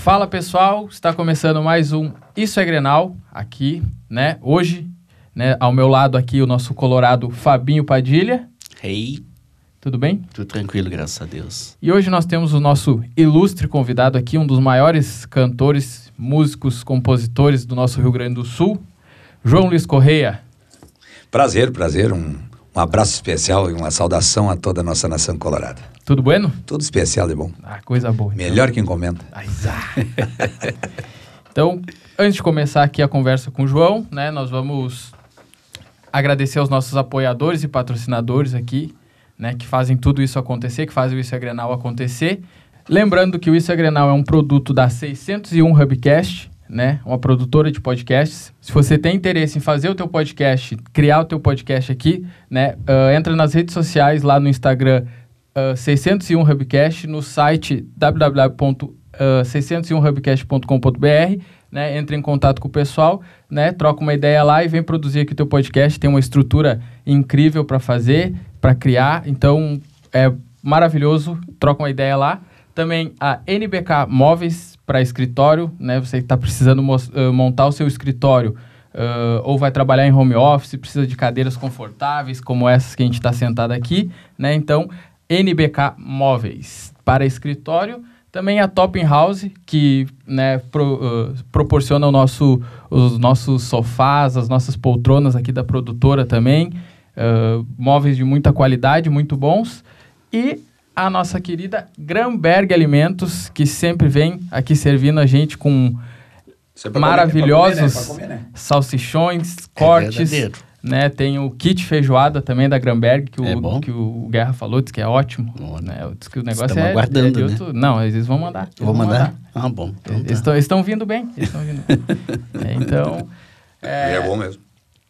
Fala pessoal, está começando mais um Isso é Grenal aqui, né? Hoje, né, ao meu lado aqui o nosso colorado Fabinho Padilha. Hey. Tudo bem? Tudo tranquilo, graças a Deus. E hoje nós temos o nosso ilustre convidado aqui, um dos maiores cantores, músicos, compositores do nosso Rio Grande do Sul, João Luiz Correia. Prazer. Um abraço especial e uma saudação a toda a nossa nação colorada. Tudo bueno? Tudo especial e bom. Ah, coisa boa. Então. Melhor que encomenda. Então, antes de começar aqui a conversa com o João, né, nós vamos agradecer aos nossos apoiadores e patrocinadores aqui, né, que fazem tudo isso acontecer, que fazem o Isso é Grenal acontecer. Lembrando que o Isso é Grenal é um produto da 601 Hubcast, né, uma produtora de podcasts. Se você tem interesse em fazer o teu podcast, criar o teu podcast aqui, né, entra nas redes sociais, lá no Instagram 601 Hubcast, no site www.601hubcast.com.br, né, entra em contato com o pessoal, né, troca uma ideia lá e vem produzir aqui o teu podcast. Tem uma estrutura incrível para fazer, para criar, então é maravilhoso, troca uma ideia lá. Também a NBK Móveis para escritório, né? Você está precisando montar o seu escritório ou vai trabalhar em home office, precisa de cadeiras confortáveis, como essas que a gente está sentado aqui, né? Então, NBK Móveis para escritório. Também a Topping House, que, né, proporciona os nossos sofás, as nossas poltronas aqui da produtora também. Móveis de muita qualidade, muito bons. E a nossa querida Gramberg Alimentos, que sempre vem aqui servindo a gente com maravilhosos salsichões, cortes, né? Tem o kit feijoada também da Gramberg, que o Guerra falou, disse que é ótimo. Né? Diz que o negócio é aguardando, né? Não, eles vão mandar. Vou mandar? Ah, bom. Então eles estão vindo bem. Então... É bom mesmo.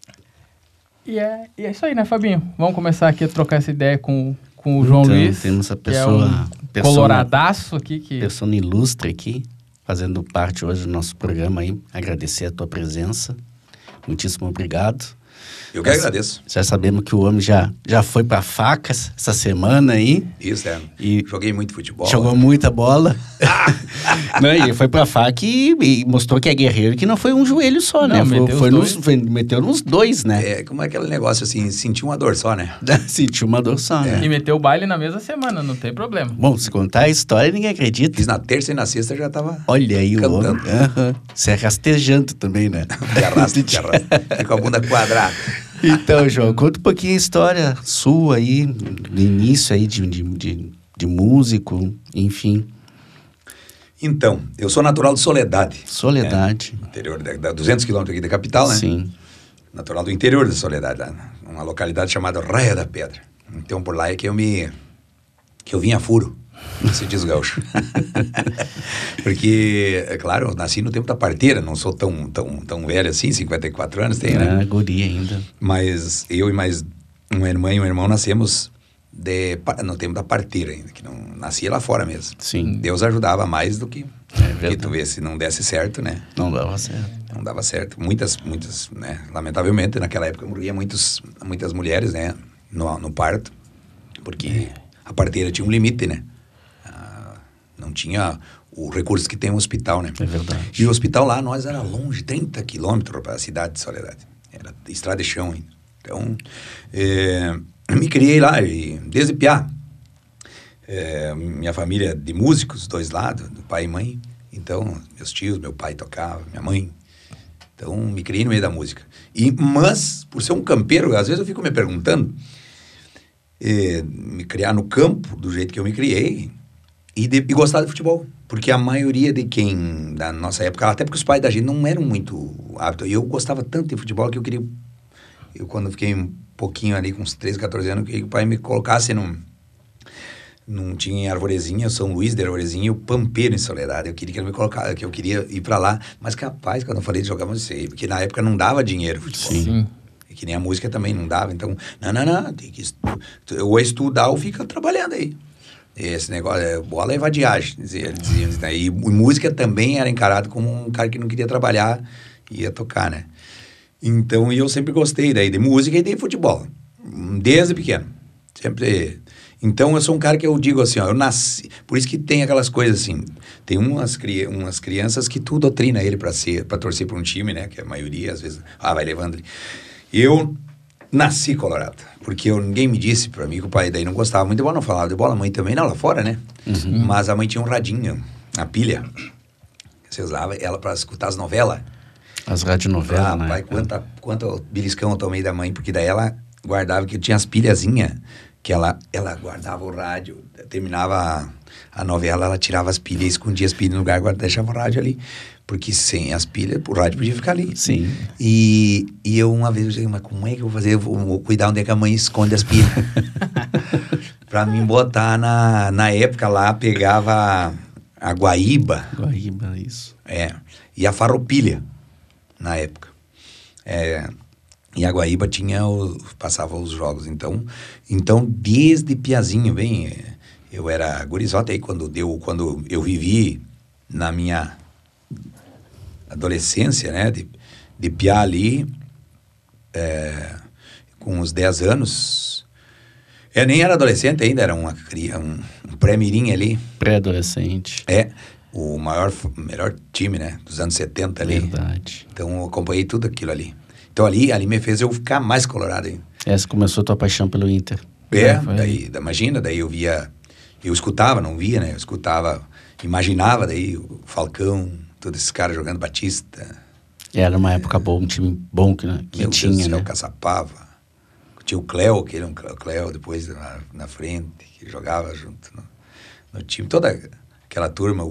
E é isso aí, né, Fabinho? Vamos começar aqui a trocar essa ideia com o João Luiz, temos a pessoa, que é um coloradaço aqui. Pessoa ilustre aqui, fazendo parte hoje do nosso programa aí. Agradecer a tua presença. Muitíssimo obrigado. Eu que agradeço. Já sabemos que o homem já foi pra facas essa semana aí. Isso, E joguei muito futebol. Jogou muita bola. Não, e foi pra faca e mostrou que é guerreiro, que não foi um joelho só, né? Meteu nos dois, né? É, como é aquele negócio assim, sentiu uma dor só, né? Sentiu uma dor só, né? E meteu o baile na mesma semana, não tem problema. Bom, se contar a história, ninguém acredita. Fiz na terça e na sexta já tava Olha aí cantando. O homem. Se rastejando também, né? Te arrasta. Fica com a bunda quadrada. Então, João, conta um pouquinho a história sua aí, do início aí de músico, enfim. Então, eu sou natural de Soledade. Soledade. Interior da 200 quilômetros aqui da capital, né? Sim. Natural do interior de Soledade, lá, uma localidade chamada Raia da Pedra. Então, por lá é que eu vim a furo, se diz gaúcho. Porque, é claro, eu nasci no tempo da parteira, não sou tão velho assim, 54 anos tem, né? Guri ainda. Mas eu e mais uma irmã e um irmão nascemos no tempo da parteira ainda, que não nascia lá fora mesmo. Sim. Deus ajudava mais do que tu vê, se não desse certo, né? Não dava certo. Não dava certo. Muitas, né? Lamentavelmente, naquela época morria muitas mulheres, né? No parto, porque a parteira tinha um limite, né? Não tinha o recurso que tem um hospital, né? É verdade. E o hospital lá, nós era longe, 30 quilômetros para a cidade de Soledade. Era estrada de chão ainda. Então, me criei lá, desde piá. Minha família de músicos, dois lados, do pai e mãe. Então, meus tios, meu pai tocava, minha mãe. Então, me criei no meio da música. Mas, por ser um campeiro, às vezes eu fico me perguntando, me criar no campo, do jeito que eu me criei, e gostar de futebol. Porque a maioria de quem, da nossa época, até porque os pais da gente não eram muito hábitos. E eu gostava tanto de futebol que eu queria... Eu, quando fiquei um pouquinho ali, com uns 13, 14 anos, eu queria que o pai me colocasse não tinha em Arvorezinha, São Luís de Arvorezinha, e o Pampeiro em Soledade. Eu queria que ele me colocasse, que eu queria ir pra lá. Mas capaz, quando eu falei de jogar, eu sei, porque na época não dava dinheiro futebol. Sim. E que nem a música também não dava. Então, não, tem que ou estudar ou fica trabalhando aí. Esse negócio, bola é vadiagem, eles diziam, né? E música também era encarado como um cara que não queria trabalhar e ia tocar, né? Então, eu sempre gostei daí de música e de futebol, desde pequeno. Sempre. Então, eu sou um cara que eu digo assim, ó, eu nasci... Por isso que tem aquelas coisas assim, tem umas crianças que tu doutrina ele pra torcer pra um time, né? Que a maioria, às vezes, vai levando ele. Eu nasci colorado, porque ninguém me disse pra mim que o pai daí não gostava muito de bola, não falava de bola, a mãe também não, lá fora, né? Uhum. Mas a mãe tinha um radinho, a pilha, você usava ela pra escutar as novelas. As radionovelas, né? Pai, quanto beliscão eu tomei da mãe, porque daí ela guardava, que tinha as pilhazinhas, que ela guardava o rádio, terminava a novela, ela tirava as pilhas, escondia as pilhas no lugar, deixava o rádio ali, porque sem as pilhas, o rádio podia ficar ali. Sim. E eu uma vez, eu disse, mas como é que eu vou fazer? Eu vou cuidar onde é que a mãe esconde as pilhas. Pra mim botar na época lá, pegava a guaíba. Guaíba, isso. E a farroupilha, na época. E a guaíba passava os jogos. Então desde piazinho, bem, eu era gurizota aí quando eu vivi na minha adolescência, né, de piá ali, com uns 10 anos. Eu nem era adolescente ainda, era um pré-mirim ali. Pré-adolescente. O melhor time, né, dos anos 70 ali. Verdade. Então eu acompanhei tudo aquilo ali. Então ali me fez eu ficar mais colorado ainda. Essa começou a tua paixão pelo Inter. Imagina, daí eu escutava, não via, né? Eu escutava, imaginava daí o Falcão, todos esses caras jogando Batista. Era uma época boa, um time bom que Meu tinha, Deus do céu, né? Caçapava. Tinha o Cléo, que ele o Cléo depois na frente, que jogava junto no time. Toda aquela turma,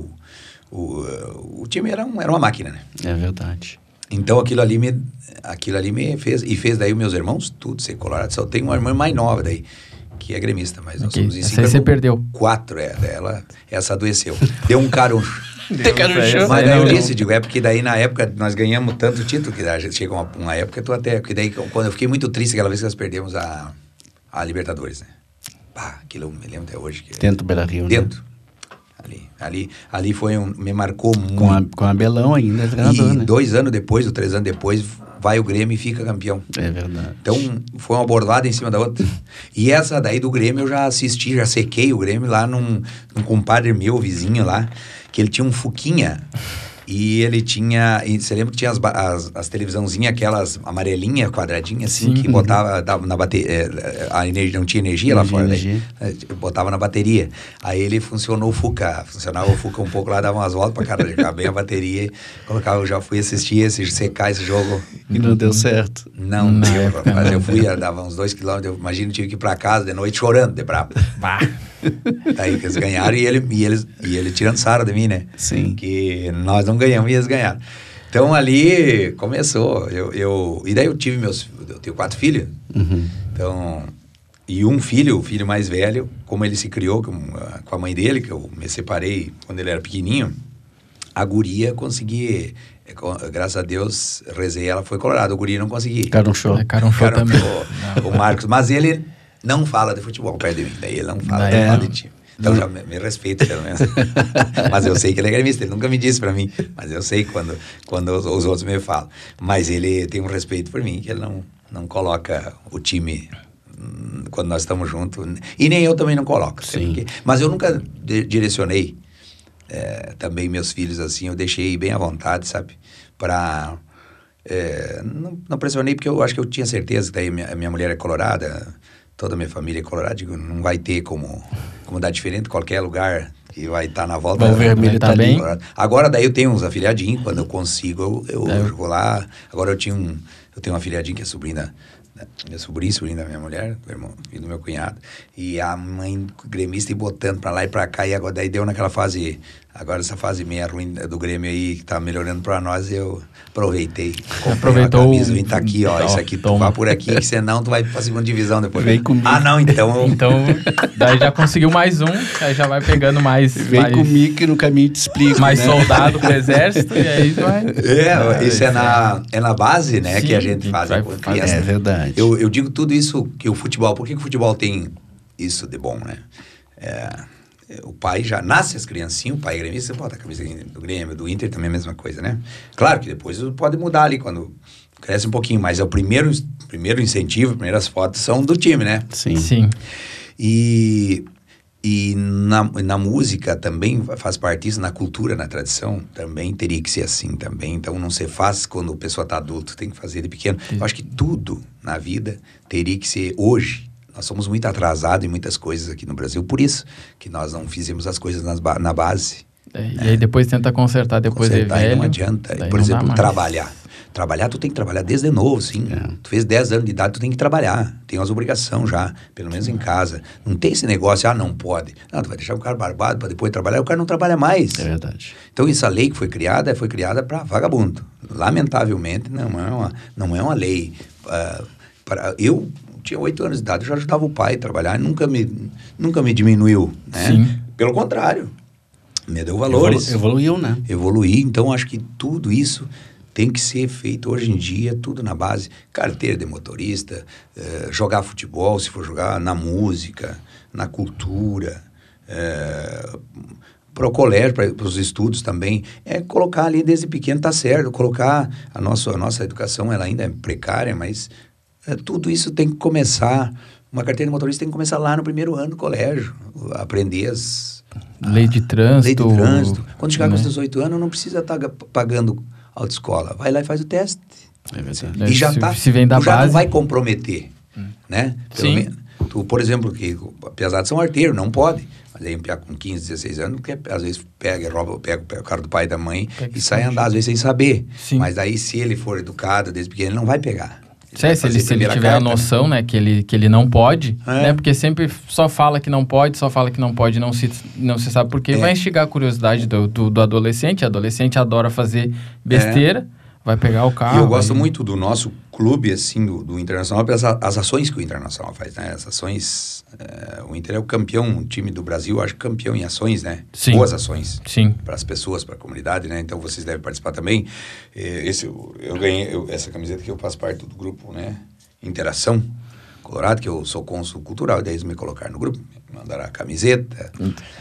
o time era uma máquina, né? É verdade. Então aquilo ali me fez, e fez daí os meus irmãos tudo ser colorado. Só tem uma irmã mais nova daí, que é gremista, mas nós somos em 5. Você perdeu. 4, essa adoeceu. Deu um caruncho. Mas daí eu disse, porque daí na época nós ganhamos tanto título, que a gente chegou uma época, porque daí quando eu fiquei muito triste aquela vez que nós perdemos a Libertadores, né? Aquilo eu me lembro até hoje. Dentro do Beira-Rio, né? Dentro. Ali me marcou muito. Com a Abelão ainda, treinador, né? 2 anos depois, ou 3 anos depois, vai o Grêmio e fica campeão. É verdade. Então, foi uma bordada em cima da outra. E essa daí do Grêmio eu já assisti, já sequei o Grêmio lá num compadre meu, vizinho lá, que ele tinha um Fuquinha. E ele tinha... Você lembra que tinha as televisãozinhas, aquelas amarelinhas, quadradinhas, assim, que botava na bateria... a energia, não tinha energia lá fora, daí, botava na bateria. Aí ele funcionava o Fuca um pouco lá, dava umas voltas pra carregar bem a bateria. Eu já fui assistir secar esse jogo. E não deu certo. Não deu, rapaz. Eu fui, dava uns 2 quilômetros, imagina, eu tive que ir pra casa de noite chorando, de brabo. Daí que eles ganharam e ele tirando sarro de mim, né? Sim. Que nós não ganhamos e eles ganharam. Então ali começou. E daí eu tenho 4 filhos. Uhum. Então, e o filho mais velho, como ele se criou com a mãe dele, que eu me separei quando ele era pequenininho, a guria consegui, graças a Deus, rezei, ela foi colorada. O guri não consegui. Carunchou também. O Marcos, mas ele não fala de futebol perto de mim, daí ele não fala de time. Então já me respeita, pelo menos. Mas eu sei que ele é gremista, ele nunca me disse pra mim, mas eu sei quando os outros me falam. Mas ele tem um respeito por mim, que ele não coloca o time quando nós estamos juntos, e nem eu também não coloco. Mas eu nunca direcionei também meus filhos assim, eu deixei bem à vontade, sabe? Não pressionei, porque eu acho que eu tinha certeza que daí minha mulher é colorada, toda a minha família é colorada, digo, não vai ter como dar diferente, qualquer lugar que vai estar na volta. O vermelho tá bem. Colorado. Agora daí eu tenho uns afilhadinhos, quando eu consigo, eu vou lá. Agora eu tenho um afilhadinho que é sobrinho da minha mulher, do irmão, filho do meu cunhado, e a mãe gremista e botando pra lá e pra cá, e agora daí deu naquela fase, agora essa fase meia ruim do Grêmio aí, que tá melhorando pra nós, eu aproveitei. Aproveitou a camisa, vim tá aqui, ó, isso aqui, tu vai por aqui, que senão tu vai pra 2ª divisão depois. Vem comigo. Não, então... Então, daí já conseguiu mais aí já vai pegando mais... Vem comigo que no caminho te explico, mais né? soldado pro exército, e aí vai... Isso é na base, né, sim, que a gente faz. É verdade. Eu digo tudo isso, que o futebol... Por que o futebol tem isso de bom, né? O pai já nasce as criancinhas, o pai é gremista, você bota a camisa do Grêmio, do Inter também é a mesma coisa, né? Claro que depois pode mudar ali quando cresce um pouquinho, mas é o primeiro incentivo, as primeiras fotos são do time, né? Sim. E na música também faz parte disso, na cultura, na tradição, também teria que ser assim também. Então não se faz quando a pessoa está adulto, tem que fazer de pequeno. Eu acho que tudo na vida teria que ser hoje. Nós somos muito atrasados em muitas coisas aqui no Brasil, por isso que nós não fizemos as coisas na base. E aí depois tenta consertar depois de velho. Não adianta. Por exemplo, trabalhar. Trabalhar, tu tem que trabalhar desde novo, sim. Tu fez 10 anos de idade, tu tem que trabalhar. Tem as obrigações já, pelo menos em casa. Não tem esse negócio, não pode. Não, tu vai deixar o cara barbado para depois trabalhar, o cara não trabalha mais. É verdade. Então, essa lei que foi criada para vagabundo. Lamentavelmente, não é uma lei. Eu tinha 8 anos de idade, eu já ajudava o pai a trabalhar, nunca me diminuiu, né? Sim. Pelo contrário, me deu valores. Evoluiu, né? Evoluí, então acho que tudo isso tem que ser feito hoje em dia, tudo na base, carteira de motorista, jogar futebol, se for jogar, na música, na cultura, para o colégio, para os estudos também, colocar ali desde pequeno, tá certo, colocar a nossa educação, ela ainda é precária, mas tudo isso tem que começar, uma carteira de motorista tem que começar lá no primeiro ano do colégio, aprender Lei de trânsito. Quando chegar com os 18 anos, não precisa estar pagando autoescola. Vai lá e faz o teste. É verdade. E já se vem da tu já base. não vai comprometer, né? Sim. Tu, por exemplo, que apesar de ser um arteiro, não pode. Mas aí um piá com 15, 16 anos, que às vezes pega o cara do pai e da mãe e sai andar, às vezes sem saber. Sim. Mas aí, se ele for educado desde pequeno, ele não vai pegar. Se ele tiver a noção, né, que ele não pode, né, porque sempre só fala que não pode, não se sabe por quê, vai instigar a curiosidade do adolescente. O adolescente adora fazer besteira, vai pegar o carro. E eu gosto muito do nosso clube, assim, do Internacional, pelas as ações que o Internacional faz, né? As ações, o Inter é o campeão, o time do Brasil, acho que campeão em ações, né? Sim. Boas ações. Sim. Para as pessoas, para a comunidade, né? Então vocês devem participar também. Eu ganhei essa camiseta que eu faço parte do grupo, né? Interação Colorado, que eu sou cônsul cultural, daí eles me colocaram no grupo, me mandaram a camiseta.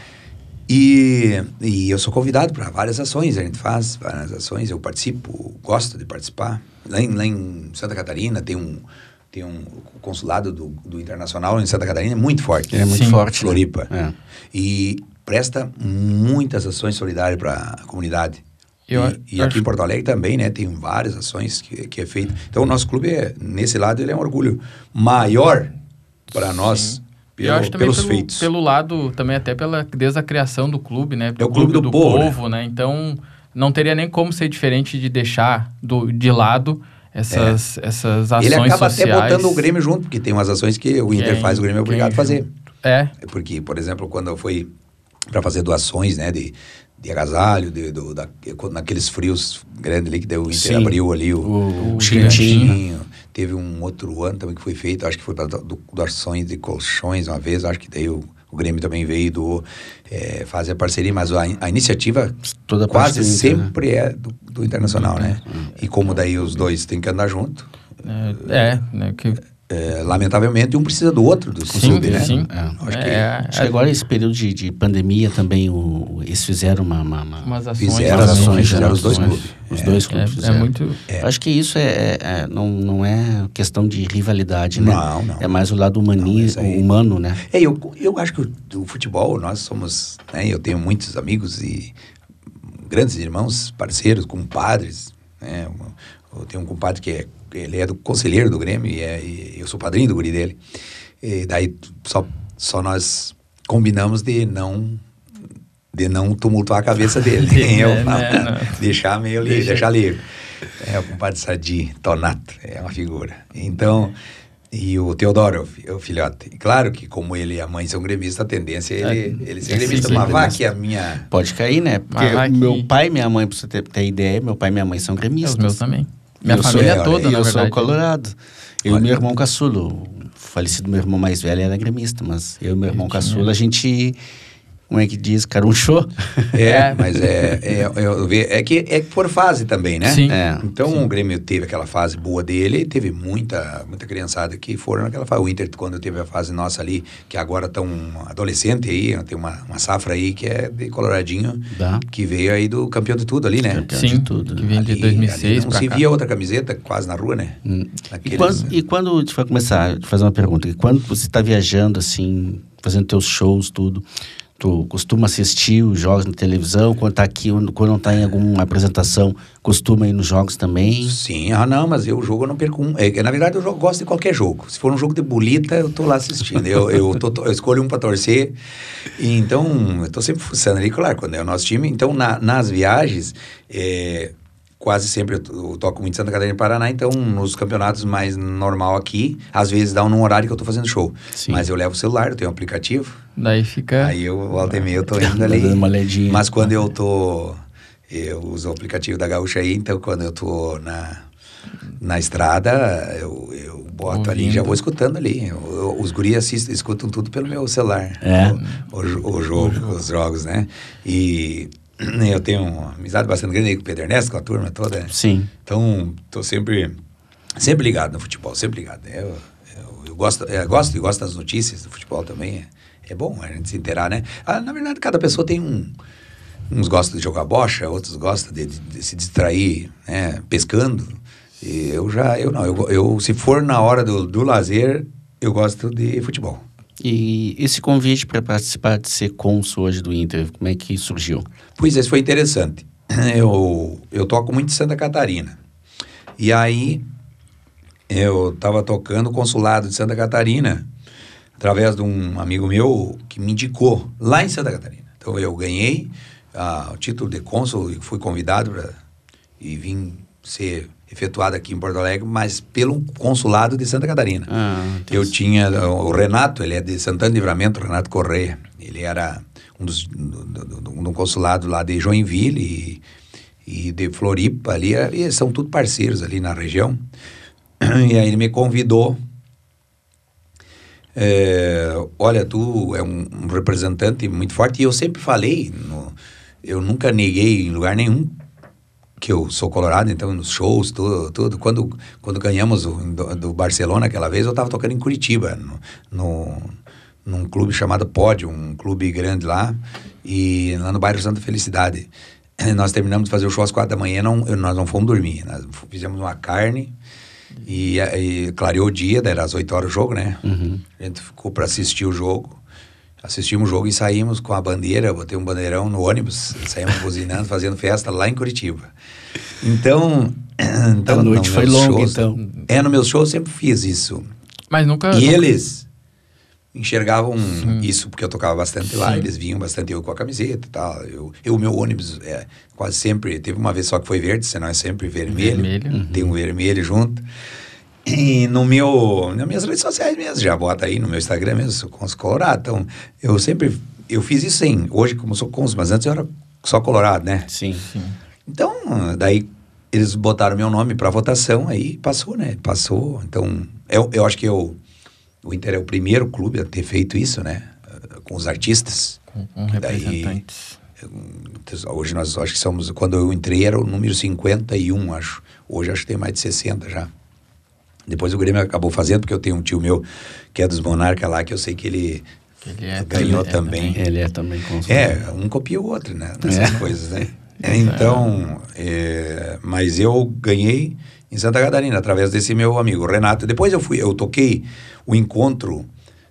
E eu sou convidado para várias ações, a gente faz várias ações, eu participo, gosto de participar. Lá em Santa Catarina tem um consulado do Internacional em Santa Catarina, é muito forte. É muito forte. Floripa. Né? E presta muitas ações solidárias para a comunidade. E aqui em Porto Alegre também, né? Tem várias ações que é feito. Então o nosso clube, nesse lado, ele é um orgulho maior para nós. Eu acho também pelos feitos. Pelo lado, também até desde a criação do clube, né? É o clube do povo, né? Então, não teria nem como ser diferente de deixar de lado essas ações sociais. Ele acaba até botando o Grêmio junto, porque tem umas ações que o Inter faz, o Grêmio é obrigado a fazer. Porque, por exemplo, quando foi para fazer doações, né? De agasalho, naqueles frios grandes ali, que o Inter abriu ali o gigantinho. Teve um outro ano também que foi feito, acho que foi para doações de colchões uma vez, acho que daí o Grêmio também veio fazer a parceria, mas a iniciativa toda quase sempre é do Internacional, né? E como daí os dois têm que andar junto. Lamentavelmente, um precisa do outro, do clube, né? Sim. Acho que agora esse período de pandemia também, eles fizeram umas ações. Fizeram os dois clubes. Os dois clubes fizeram. Muito... Acho que isso não é questão de rivalidade, né? Não. É mais o lado humano, né? Eu acho que o futebol, nós somos... Né, eu tenho muitos amigos e grandes irmãos, parceiros, compadres, né? Eu tenho um compadre que ele é do conselheiro do Grêmio e eu sou padrinho do guri dele. E daí só nós combinamos de não tumultuar a cabeça dele. Deixar meio livre, deixar livre. O compadre Sadi Tonato é uma figura. Então, e o Teodoro, o filhote. E claro que como ele e a mãe são gremistas, a tendência é ele ser gremista. Mas vá que a minha... Pode cair, né? Porque meu pai e minha mãe, pra você ter ideia, meu pai e minha mãe são gremistas. Os meus também. Minha família toda, na verdade. Eu sou colorado. Eu e meu irmão caçulo, o falecido meu irmão mais velho era gremista, mas eu e meu irmão caçulo, a gente... Como é que diz? Carunchou. Mas é que por fase também, né? Sim. Então o Grêmio teve aquela fase boa dele, teve muita criançada que foram naquela fase. O Inter, quando teve a fase nossa ali, que agora estão adolescente aí, tem uma safra aí que é de Coloradinho, que veio aí do campeão de tudo ali, né? Campeão de tudo. Que vem de 2006 não se via outra camiseta quase na rua, né? E quando, a gente vai começar a fazer uma pergunta, e quando você está viajando assim... fazendo teus shows, tudo. Tu costuma assistir os jogos na televisão? Quando tá aqui, quando não tá em alguma apresentação, costuma ir nos jogos também? Sim, não, mas o jogo eu não perco um. Na verdade, eu gosto de qualquer jogo. Se for um jogo de bolita, eu tô lá assistindo. eu escolho um para torcer. E então, eu tô sempre fuçando ali, claro, quando é o nosso time. Então, nas viagens, quase sempre eu toco muito em Santa Catarina e Paraná, então nos campeonatos mais normal aqui, às vezes dá num horário que eu tô fazendo show. Sim. Mas eu levo o celular, eu tenho um aplicativo. Daí fica... Aí eu volta e meia eu tô indo ali. Dando uma olhadinha. Mas quando eu uso o aplicativo da Gaúcha aí, então quando eu tô na estrada, eu boto ouvindo ali e já vou escutando ali. Os guris escutam tudo pelo meu celular. O jogo, os jogos, né? E... eu tenho uma amizade bastante grande aí com o Pedro Ernesto, com a turma toda. Sim. Então, tô sempre ligado no futebol, sempre ligado. Eu gosto das notícias do futebol também. É bom a gente se inteirar, né? Na verdade, cada pessoa tem uns gostam de jogar bocha, outros gostam de se distrair, né? Pescando. E eu se for na hora do lazer, eu gosto de futebol. E esse convite para participar de ser cônsul hoje do Inter, como é que surgiu? Pois é, isso foi interessante. Eu toco muito em Santa Catarina. E aí, eu estava tocando o consulado de Santa Catarina através de um amigo meu que me indicou lá em Santa Catarina. Então, eu ganhei o título de cônsul e fui convidado e vim ser efetuado aqui em Porto Alegre, mas pelo consulado de Santa Catarina. Eu tinha o Renato, ele é de Santana de Livramento, Renato Correia. Ele era um consulado lá de Joinville e de Floripa ali, e são tudo parceiros ali na região. E aí ele me convidou. Olha, tu é um representante muito forte, e eu sempre falei, eu nunca neguei em lugar nenhum que eu sou colorado, então nos shows, tudo. Quando ganhamos do Barcelona aquela vez, eu estava tocando em Curitiba, num clube chamado Pódio, um clube grande lá no bairro Santa Felicidade. Nós terminamos de fazer o show às 4 da manhã, nós não fomos dormir, nós fizemos uma carne e clareou o dia, daí era às 8 horas o jogo, né? Uhum. A gente ficou para assistir o jogo. Assistimos o jogo e saímos com a bandeira, botei um bandeirão no ônibus, saímos buzinando, fazendo festa lá em Curitiba. Então a noite foi longa, então. No meu show eu sempre fiz isso. Mas nunca... E eles enxergavam isso, porque eu tocava bastante lá, eles vinham bastante eu com a camiseta e tal. O meu ônibus quase sempre, teve uma vez só que foi verde, senão é sempre vermelho. Tem um vermelho junto. E nas minhas redes sociais mesmo, já bota aí no meu Instagram mesmo, sou cônsul colorado. Então, eu fiz isso hoje como sou cônsul, mas antes eu era só colorado, né? Sim. Então, daí eles botaram meu nome para votação, aí passou, né? Passou, então, eu acho que o Inter é o primeiro clube a ter feito isso, né? Com os artistas. Com representantes. Hoje nós acho que somos, quando eu entrei era o número 51, acho. Hoje acho que tem mais de 60 já. Depois o Grêmio acabou fazendo, porque eu tenho um tio meu que é dos Monarcas lá, que eu sei que ele ganhou também. Ele é também cônsul. Um copia o outro, né? Nessas coisas, né? Então, mas eu ganhei em Santa Catarina, através desse meu amigo, Renato. Depois eu toquei o encontro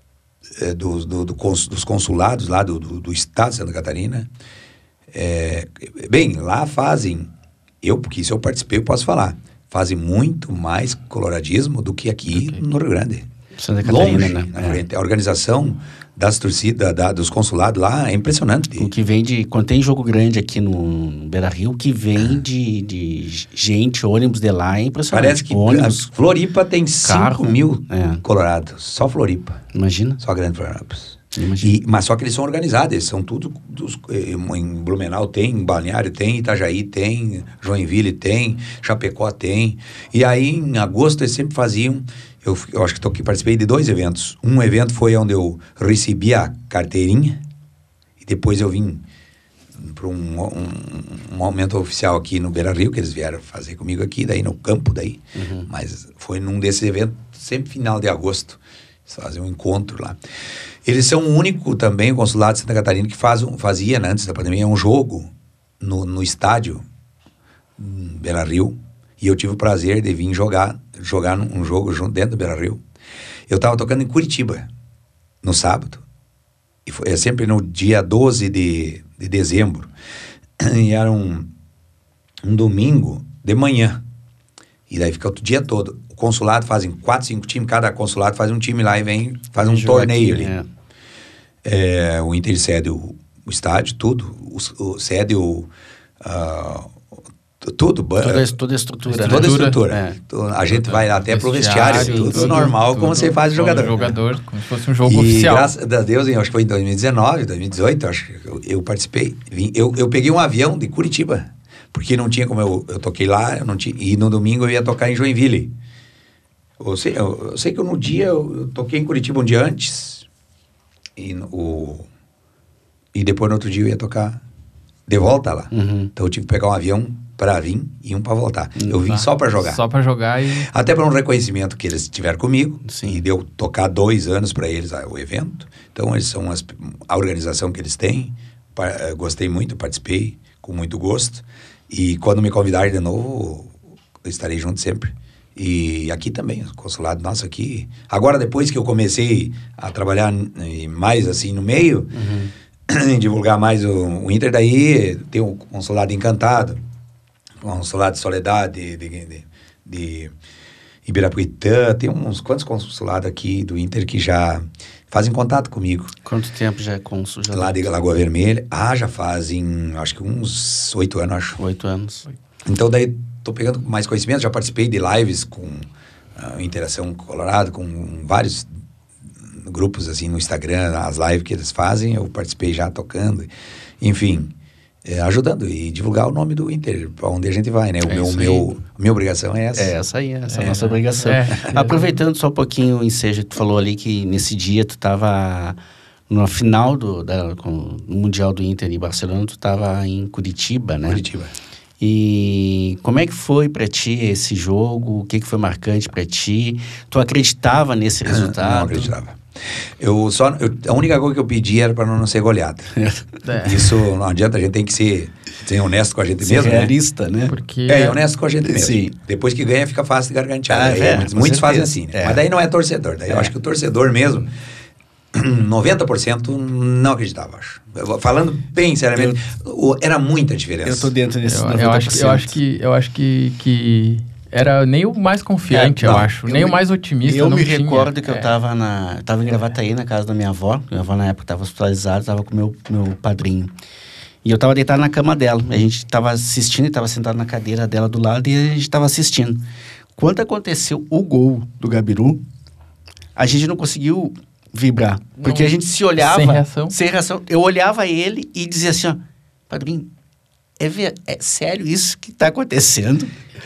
dos consulados lá do estado de Santa Catarina. Bem, lá fazem, porque se eu participei eu posso falar, fazem muito mais coloradismo do que aqui no Rio Grande. Santa Catarina, longe, né? Na frente. A organização das torcidas, dos consulados lá é impressionante. O que vem quando tem jogo grande aqui no Beira-Rio, o que vem de gente, ônibus de lá é impressionante. Parece que Floripa tem 5 mil colorados, só Floripa. Imagina. Só Grande Florianópolis. Mas só que eles são organizados, eles são tudo em Blumenau tem, em Balneário tem, Itajaí tem, Joinville tem, Chapecó tem. E aí em agosto eles sempre faziam, eu acho que participei de 2 eventos. Um evento foi onde eu recebi a carteirinha e depois eu vim para um aumento oficial aqui no Beira-Rio, que eles vieram fazer comigo aqui, daí no campo daí. Mas foi num desses eventos, sempre final de agosto. Eles fazem um encontro lá. Eles são o único também, o consulado de Santa Catarina, que fazia, né, antes da pandemia, um jogo no estádio Beira-Rio. E eu tive o prazer de vir jogar um jogo junto dentro do Beira-Rio. Eu estava tocando em Curitiba, no sábado. E sempre no dia 12 de dezembro. E era um domingo de manhã. E daí fica o dia todo. O consulado fazem 4, 5 times, cada consulado faz um time lá e faz um torneio aqui, ali. O Inter cede o estádio, tudo. Cede tudo. Toda a estrutura. Toda a estrutura. A gente vai até pro vestiário, tudo normal, como você faz o jogador. Como se fosse um jogo oficial. Graças a Deus, acho que foi em 2019, 2018, acho que eu participei. Eu peguei um avião de Curitiba, porque não tinha como eu toquei lá, eu não tinha, e no domingo eu ia tocar em Joinville. Eu sei que no dia eu toquei em Curitiba um dia antes, e depois no outro dia eu ia tocar de volta lá. Então eu tive que pegar um avião para vir e um para voltar. Eu vim só para jogar. Só para jogar e... Até para um reconhecimento que eles tiveram comigo. Sim. E deu tocar 2 anos para eles o evento. Então eles são a organização que eles têm. Gostei muito, participei com muito gosto. E quando me convidarem de novo, eu estarei junto sempre. E aqui também, o consulado nosso aqui. Agora, depois que eu comecei a trabalhar mais assim no meio, divulgar mais o Inter, daí tem o consulado Encantado, o consulado de Soledade, de Ibirapuitã, tem uns quantos consulados aqui do Inter que já fazem contato comigo. Quanto tempo já é cônsul? Lá de Lagoa Vermelha. Já fazem, acho que uns 8 anos, acho. 8 anos. Então, daí, tô pegando mais conhecimento, já participei de lives com Interação Colorado, com vários grupos, assim, no Instagram, as lives que eles fazem, eu participei já tocando, enfim, ajudando e divulgar o nome do Inter, para onde a gente vai, né? Minha obrigação é essa. Essa é a nossa obrigação. Aproveitando só um pouquinho o ensejo, tu falou ali que nesse dia tu tava na final do Mundial do Inter em Barcelona, tu tava em Curitiba, né? Curitiba. E como é que foi para ti esse jogo? O que foi marcante para ti? Tu acreditava nesse resultado? Não acreditava. A única coisa que eu pedi era para não ser goleada. Isso não adianta, a gente tem que ser honesto com a gente mesmo, realista, né? Porque honesto com a gente mesmo. Sim. Depois que ganha, fica fácil de gargantear. Muitos fazem assim, né? Mas daí não é torcedor. Daí eu acho que o torcedor mesmo, 90% não acreditava, acho. Falando bem seriamente, era muita diferença. Eu tô dentro desse 90%. Eu acho que era nem o mais confiante, eu acho. Nem o mais otimista. Eu me recordo que eu tava em Gravataí, na casa da minha avó. Minha avó, na época, estava hospitalizada, estava com meu padrinho. E eu estava deitado na cama dela. A gente estava assistindo, e estava sentado na cadeira dela do lado, e a gente estava assistindo. Quando aconteceu o gol do Gabiru, a gente não conseguiu vibrar. Porque a gente se olhava... Sem reação. Eu olhava ele e dizia assim, ó, padrinho, é sério isso que está acontecendo?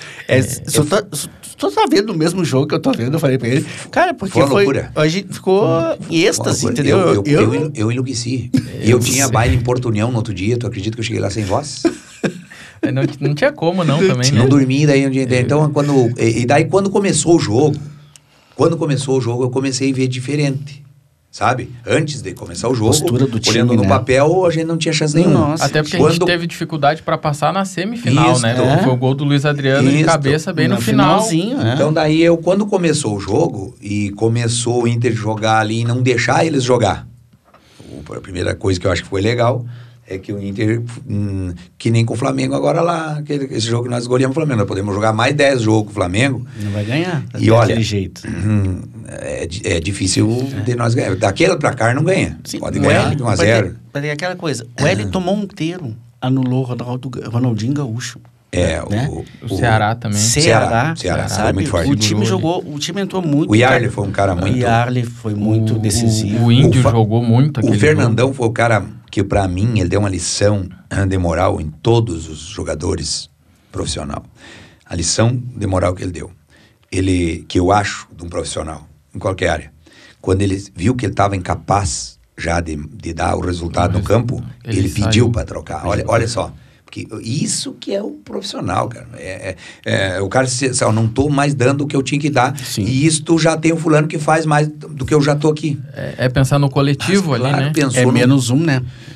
Tu tá vendo o mesmo jogo que eu tô vendo, eu falei pra ele. Cara, porque a gente ficou em êxtase, entendeu? Eu enlouqueci. E eu tinha baile em Porto União no outro dia, tu acredita que eu cheguei lá sem voz? Não tinha como não também, né? Não dormi daí um dia inteiro. Então, quando começou o jogo, eu comecei a ver diferente. Sabe? Antes de começar o jogo, postura do time, olhando no papel, a gente não tinha chance nenhuma. Nossa. Até porque a gente teve dificuldade para passar na semifinal, né? Foi o gol do Luiz Adriano de cabeça bem no finalzinho. Então daí quando começou o jogo e começou o Inter jogar ali e não deixar eles jogar, a primeira coisa que eu acho que foi legal é que o Inter, que nem com o Flamengo agora lá, esse jogo que nós goleamos o Flamengo, nós podemos jogar mais 10 jogos com o Flamengo. Não vai ganhar, e olha, daquele jeito. É difícil de nós ganhar. Daquele placar não ganha. Sim, pode ganhar de 1-0. Mas é aquela coisa, o L tomou um inteiro, anulou Ronaldinho Gaúcho. Né? O Ceará também. Ceará foi muito forte. O time entrou muito. O Yarley foi um cara muito... O Yarley foi muito decisivo. O Índio jogou muito aquele O Fernandão foi o cara que, pra mim, ele deu uma lição de moral em todos os jogadores profissionais. A lição de moral que ele deu. Que eu acho de um profissional, em qualquer área. Quando ele viu que ele estava incapaz já de dar o resultado no campo, ele pediu para trocar. Olha só. Porque isso que é o profissional, cara. O cara disse, não estou mais dando o que eu tinha que dar. Sim. E isto já tem o fulano que faz mais do que eu já estou aqui. É pensar no coletivo ali, claro, né? Menos um, né?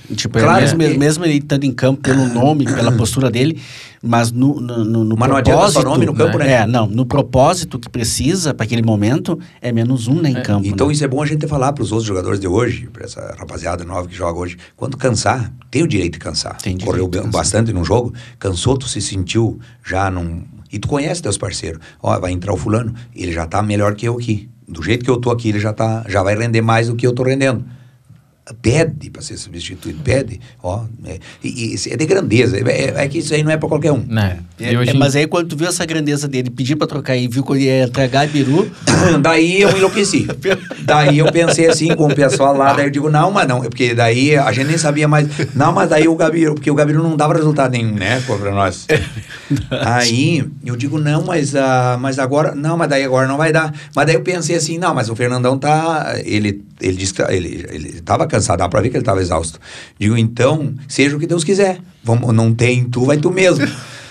Tipo, Claro, mesmo ele estando em campo pelo nome, pela postura dele, mas no Mas não adianta propósito... só nome no campo, né? No propósito que precisa para aquele momento, é -1, né, em campo. Então né? isso é bom a gente falar para os outros jogadores de hoje, para essa rapaziada nova que joga hoje, quando cansar, tem o direito de cansar. Correu bastante num jogo, cansou, tu se sentiu já num... E tu conhece teus parceiros. Ó, vai entrar o fulano, ele já tá melhor que eu aqui. Do jeito que eu tô aqui, ele já vai render mais do que eu tô rendendo. Pede para ser substituído, pede, ó, é de grandeza, é que isso aí não é para qualquer um. Mas aí quando tu viu essa grandeza dele, pedir para trocar e viu que ele ia entregar Biru... Daí eu enlouqueci, daí eu pensei assim com o pessoal lá, daí eu digo, não, porque daí a gente nem sabia mais, não, mas daí o Gabiru, porque o Gabiru não dava resultado nenhum, né, para nós. Aí eu digo, não, mas agora, não, mas daí agora não vai dar, mas daí eu pensei assim, não, mas o Fernandão ele disse que ele estava cansado, dá pra ver que ele estava exausto. Digo, então, seja o que Deus quiser. Não tem tu, vai tu mesmo.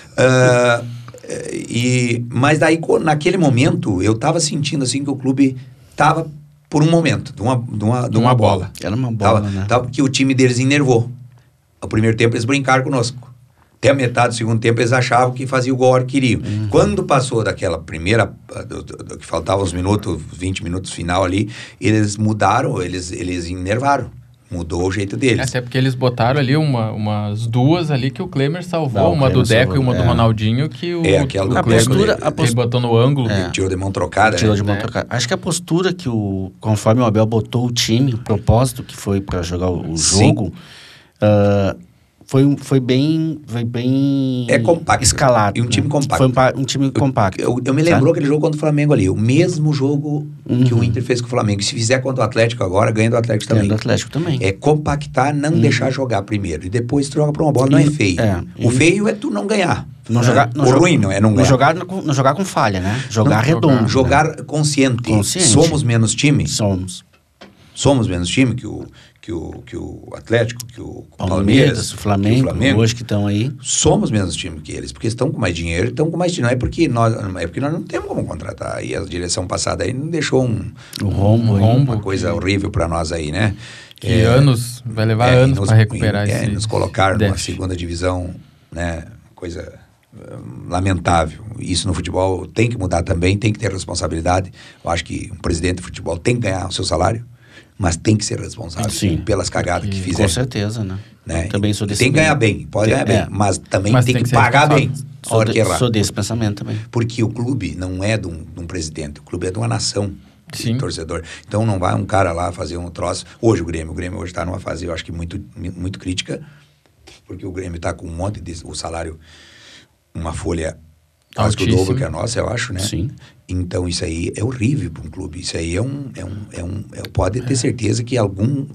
Mas daí, naquele momento, eu estava sentindo assim que o clube estava por um momento, de uma bola. Era uma bola, né? Que o time deles enervou. No primeiro tempo, eles brincaram conosco. Até a metade do segundo tempo, eles achavam que fazia o gol que queriam. Quando passou daquela primeira, que faltavam uns minutos, 20 minutos final ali, eles mudaram, eles enervaram. Mudou o jeito deles. Até porque eles botaram ali umas duas ali que o Klemer salvou, uma do Deco e uma do Ronaldinho, que aquela do Klemer ele botou no ângulo. Tirou de mão trocada. Tirou de mão trocada. Acho que a postura que conforme o Abel botou o time, o propósito que foi para jogar o jogo, foi bem compacto. Escalado. E um time compacto. Foi um time compacto. Eu me lembrou aquele jogo contra o Flamengo ali. O mesmo jogo que o Inter fez com o Flamengo. Se fizer contra o Atlético agora, ganha do Atlético também. Ganha do Atlético também. É compactar, não deixar jogar primeiro. E depois tu joga pra uma bola, não é feio. O feio é tu não ganhar. O ruim não é não ganhar. Não jogar com falha, né? Jogar redondo. Jogar consciente. Somos menos time? Somos menos time que o Atlético, que o Palmeiras, o Flamengo, hoje que estão aí. Somos menos time que eles, porque estão com mais dinheiro, estão com mais time. Não é porque nós não temos como contratar. E a direção passada aí não deixou um rombo, uma coisa horrível para nós aí, né? Vai levar anos para recuperar isso. Nos colocar numa segunda divisão, né? Coisa lamentável. Isso no futebol tem que mudar também, tem que ter responsabilidade. Eu acho que um presidente de futebol tem que ganhar o seu salário, mas tem que ser responsável pelas cagadas que fizer. Com certeza, né? Também sou desse tem que ganhar bem, pode ganhar bem, mas também tem que pagar bem. Sou desse pensamento também. Porque o clube não é de um presidente, o clube é de uma nação de torcedor. Então não vai um cara lá fazer um troço. Hoje o Grêmio hoje está numa fase, eu acho que muito, muito crítica, porque o Grêmio está com um monte de... O salário, uma folha quase que o dobro que a nossa, eu acho, né? Sim. Então isso aí é horrível para um clube. Isso aí pode ter certeza que alguma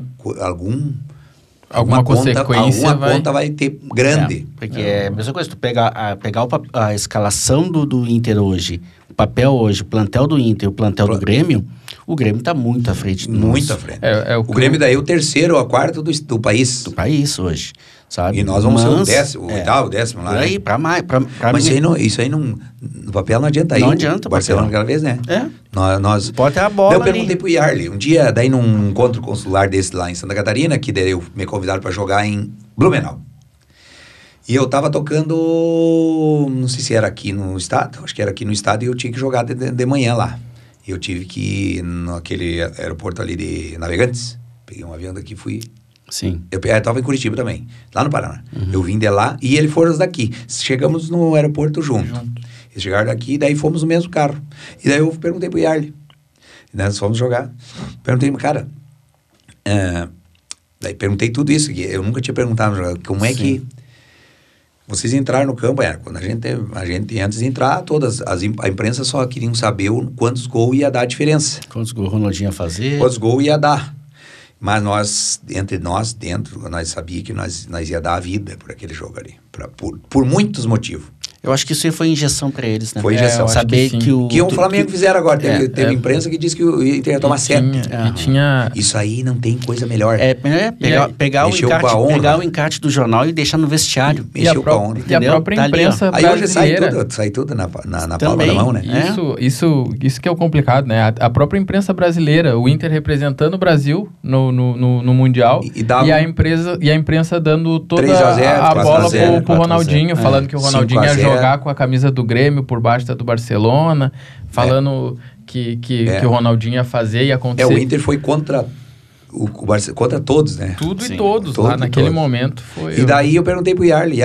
conta vai ter grande. Porque é a mesma coisa, tu pegar a escalação do Inter hoje, o papel hoje, o plantel do Inter, o plantel do Grêmio, o Grêmio está muito à frente. Muito à frente. O Grêmio daí é o terceiro ou a quarto do país. Do país hoje, sabe? E nós vamos ser o décimo, o oitavo, décimo lá. Aí, para mais. Mas isso aí não, no papel não adianta. Não adianta. O Barcelona aquela vez, né? Nós pode ter a bola. Eu perguntei pro Yarley, um dia, daí num encontro consular desse lá em Santa Catarina, que daí eu me convidaram para jogar em Blumenau. E eu tava tocando, não sei se era aqui no estado, acho que era aqui no estado, e eu tinha que jogar de manhã lá. E eu tive que ir naquele aeroporto ali de Navegantes, peguei um avião daqui e fui... Sim. Eu estava em Curitiba também, lá no Paraná. Eu vim de lá e eles foram daqui. Chegamos no aeroporto junto. Eles chegaram daqui e daí fomos no mesmo carro. E daí eu perguntei pro Yarley. Nós fomos jogar. Perguntei, cara... daí perguntei tudo isso, que eu nunca tinha perguntado. Como é que vocês entraram no campo? Quando a gente antes de entrar, a imprensa só queriam saber quantos gols ia dar a diferença. Quantos gols o Ronaldinho ia fazer. Quantos gols ia dar. Mas nós sabíamos que nós ia dar a vida por aquele jogo ali. Por muitos motivos. Eu acho que isso aí foi injeção para eles, né? Foi injeção. Saber que o... Que o Flamengo fizeram agora. Teve imprensa que disse que o Inter ia tomar 7. Isso aí não tem coisa melhor. Pegar o encarte do jornal e deixar no vestiário. Mexeu com a onda. E a própria imprensa brasileira... Aí hoje sai tudo na palma da mão, né? Isso que é o complicado, né? A própria imprensa brasileira, o Inter representando o Brasil no Mundial e a imprensa dando toda a bola pro Ronaldinho, falando que o Ronaldinho ia jogar com a camisa do Grêmio por baixo da do Barcelona, falando que o Ronaldinho ia fazer e ia acontecer. O Inter foi contra contra todos, né? Tudo e todos lá naquele momento. E daí eu perguntei pro Yarley,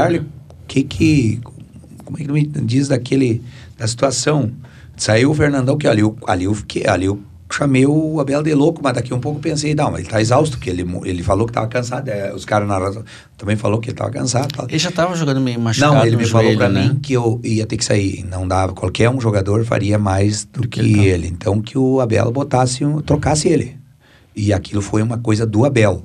como é que me diz da situação? Saiu o Fernandão, que ali eu chamei o Abel de louco, mas daqui um pouco pensei, não, ele tá exausto, porque ele falou que tava cansado, os caras na razão também falou que ele tava cansado. Tal. Ele já tava jogando meio machucado. Não, ele me falou pra mim que eu ia ter que sair, não dava, qualquer um jogador faria mais do que ele, então que o Abel trocasse ele, e aquilo foi uma coisa do Abel,